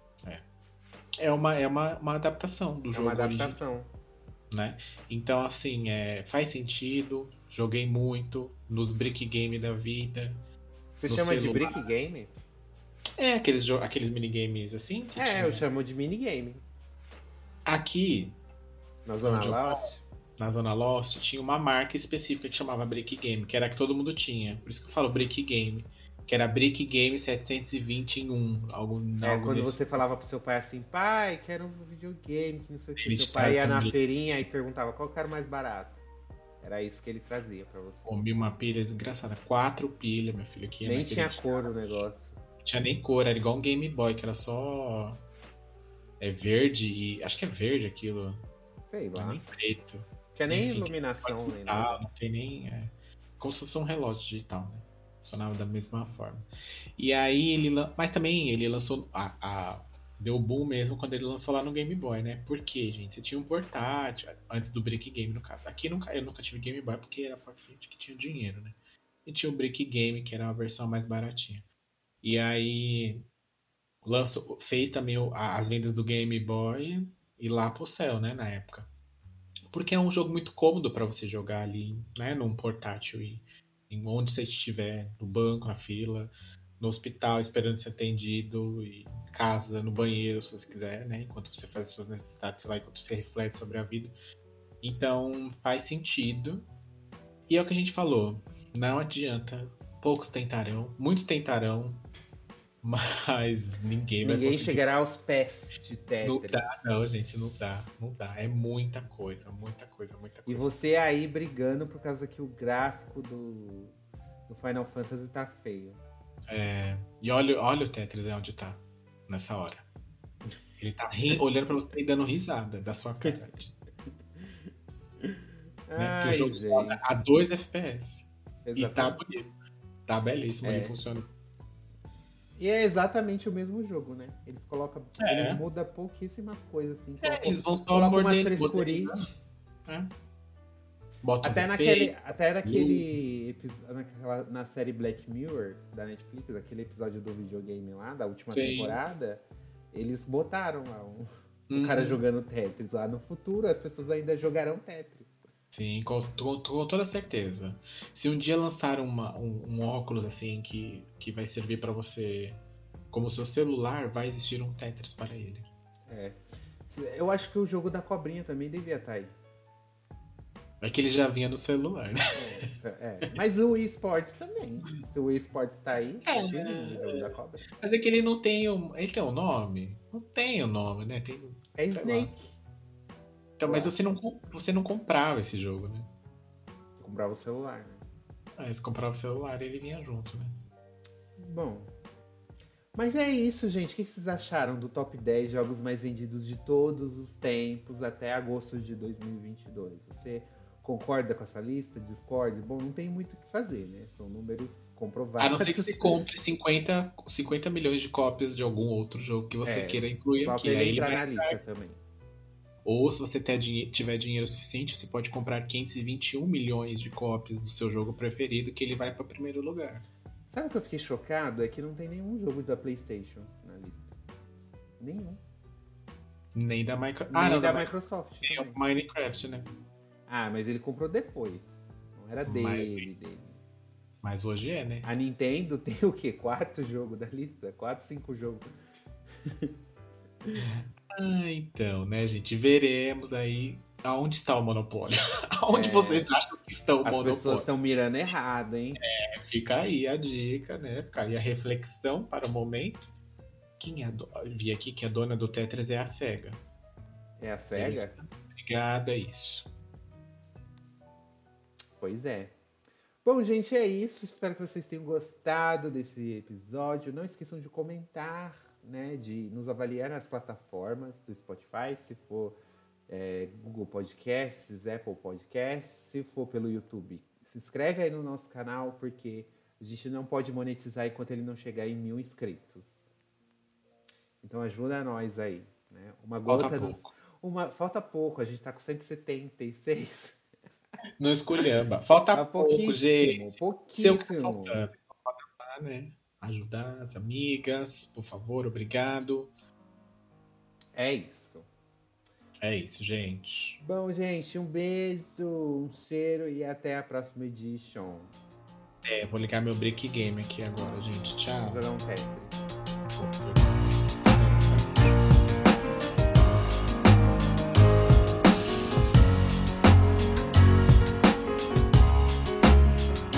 É uma adaptação do jogo original. É uma adaptação. Né? Então, assim, faz sentido. Joguei muito nos brick game da vida. Você chama de brick game? Aqueles minigames assim? Eu chamo de minigame. Aqui, na Zona Lost, tinha uma marca específica que chamava Brick Game, que era a que todo mundo tinha. Por isso que eu falo Brick Game. Que era Brick Game 720 em 1. Quando você falava pro seu pai assim, pai, quero um videogame, que não sei o que. Seu pai ia na feirinha e perguntava qual que era o mais barato. Era isso que ele trazia pra você. Comi uma pilha desgraçada. 4 pilhas, meu filho. Aqui nem tinha cor o negócio. Não tinha nem cor, era igual um Game Boy, que era só... verde e... acho que é verde aquilo. Sei lá. Não é nem preto. Tinha nem iluminação, nem nada. Não tem nem... como se fosse um relógio digital, né? Funcionava da mesma forma. E aí mas também ele lançou deu boom mesmo quando ele lançou lá no Game Boy, né? Por quê, gente? Você tinha um portátil, antes do Brick Game, no caso. Aqui eu nunca tive Game Boy porque era pra gente que tinha dinheiro, né? E tinha o Brick Game, que era uma versão mais baratinha. E aí fez também as vendas do Game Boy e lá pro céu, né? Na época. Porque é um jogo muito cômodo pra você jogar ali, né? Num portátil e em onde você estiver, no banco, na fila, no hospital, esperando ser atendido, em casa, no banheiro, se você quiser, né? Enquanto você faz as suas necessidades, sei lá, enquanto você reflete sobre a vida. Então, faz sentido. E é o que a gente falou. Não adianta. Poucos tentarão. Muitos tentarão. Mas ninguém vai conseguir. Chegará aos pés de Tetris. Não dá, não, gente. Não dá. É muita coisa. E você aí brigando por causa que o gráfico do Final Fantasy tá feio. E olha o Tetris onde tá. Nessa hora. Ele tá olhando pra você e dando risada da sua cara. Né? Porque o jogo roda a 2 FPS. Exatamente. E tá bonito. Tá belíssimo, ele funciona. E é exatamente o mesmo jogo, né? Eles colocam. Eles mudam pouquíssimas coisas, assim. Eles vão só mordendo. Até naquele na série Black Mirror da Netflix, aquele episódio do videogame lá, da última temporada, eles botaram lá um cara jogando Tetris. Lá no futuro as pessoas ainda jogarão Tetris. Sim, com toda certeza. Se um dia lançar um óculos assim que vai servir pra você como seu celular, vai existir um Tetris para ele. Eu acho que o jogo da cobrinha também devia estar aí. É que ele já vinha no celular, né? Mas o Wii Sports também. Se o Wii Sports tá aí, o jogo da cobra. Mas é que ele não tem ele tem um nome? Não tem o nome, né? É Snake. Então, mas você não comprava esse jogo, né? Eu comprava o celular, né? Você comprava o celular e ele vinha junto, né? Bom. Mas é isso, gente. O que vocês acharam do top 10 jogos mais vendidos de todos os tempos até agosto de 2022? Você concorda com essa lista? Discorda? Bom, não tem muito o que fazer, né? São números comprovados. A não ser que você compre 50 milhões de cópias de algum outro jogo que você queira incluir só aqui. Aí ele vai na lista também. Ou se você tiver dinheiro suficiente, você pode comprar 521 milhões de cópias do seu jogo preferido, que ele vai para primeiro lugar. Sabe o que eu fiquei chocado? É que não tem nenhum jogo da PlayStation na lista. Nenhum. Nem da Microsoft. Tem o Minecraft, né? Ah, mas ele comprou depois. Não era dele. Mas hoje é, né? A Nintendo tem o quê? 4 jogos da lista? 4, 5 jogos. Então, né, gente? Veremos aí aonde está o monopólio. Aonde vocês acham que está o As monopólio? pessoas estão mirando errado, hein? Fica aí a dica, né? Fica aí a reflexão para o momento. Quem é vi aqui que a dona do Tetris é a SEGA. É a SEGA? Obrigada, isso. Pois é. Bom, gente, é isso. Espero que vocês tenham gostado desse episódio. Não esqueçam de comentar, né? De nos avaliar nas plataformas do Spotify, se for Google Podcasts, Apple Podcasts, se for pelo YouTube. Se inscreve aí no nosso canal, porque a gente não pode monetizar enquanto ele não chegar em 1000 inscritos. Então ajuda nós aí, né? Uma gota falta pouco, a gente tá com 176. Não esculhamba. Falta pouco, gente. Pouquíssimo. Tá faltando. Né? Ajudar as amigas, por favor, obrigado. É isso. É isso, gente. Bom, gente, um beijo, um cheiro e até a próxima edition. Vou ligar meu Brick Game aqui agora, gente. Tchau. Vou jogar um Tetris. Vou jogar.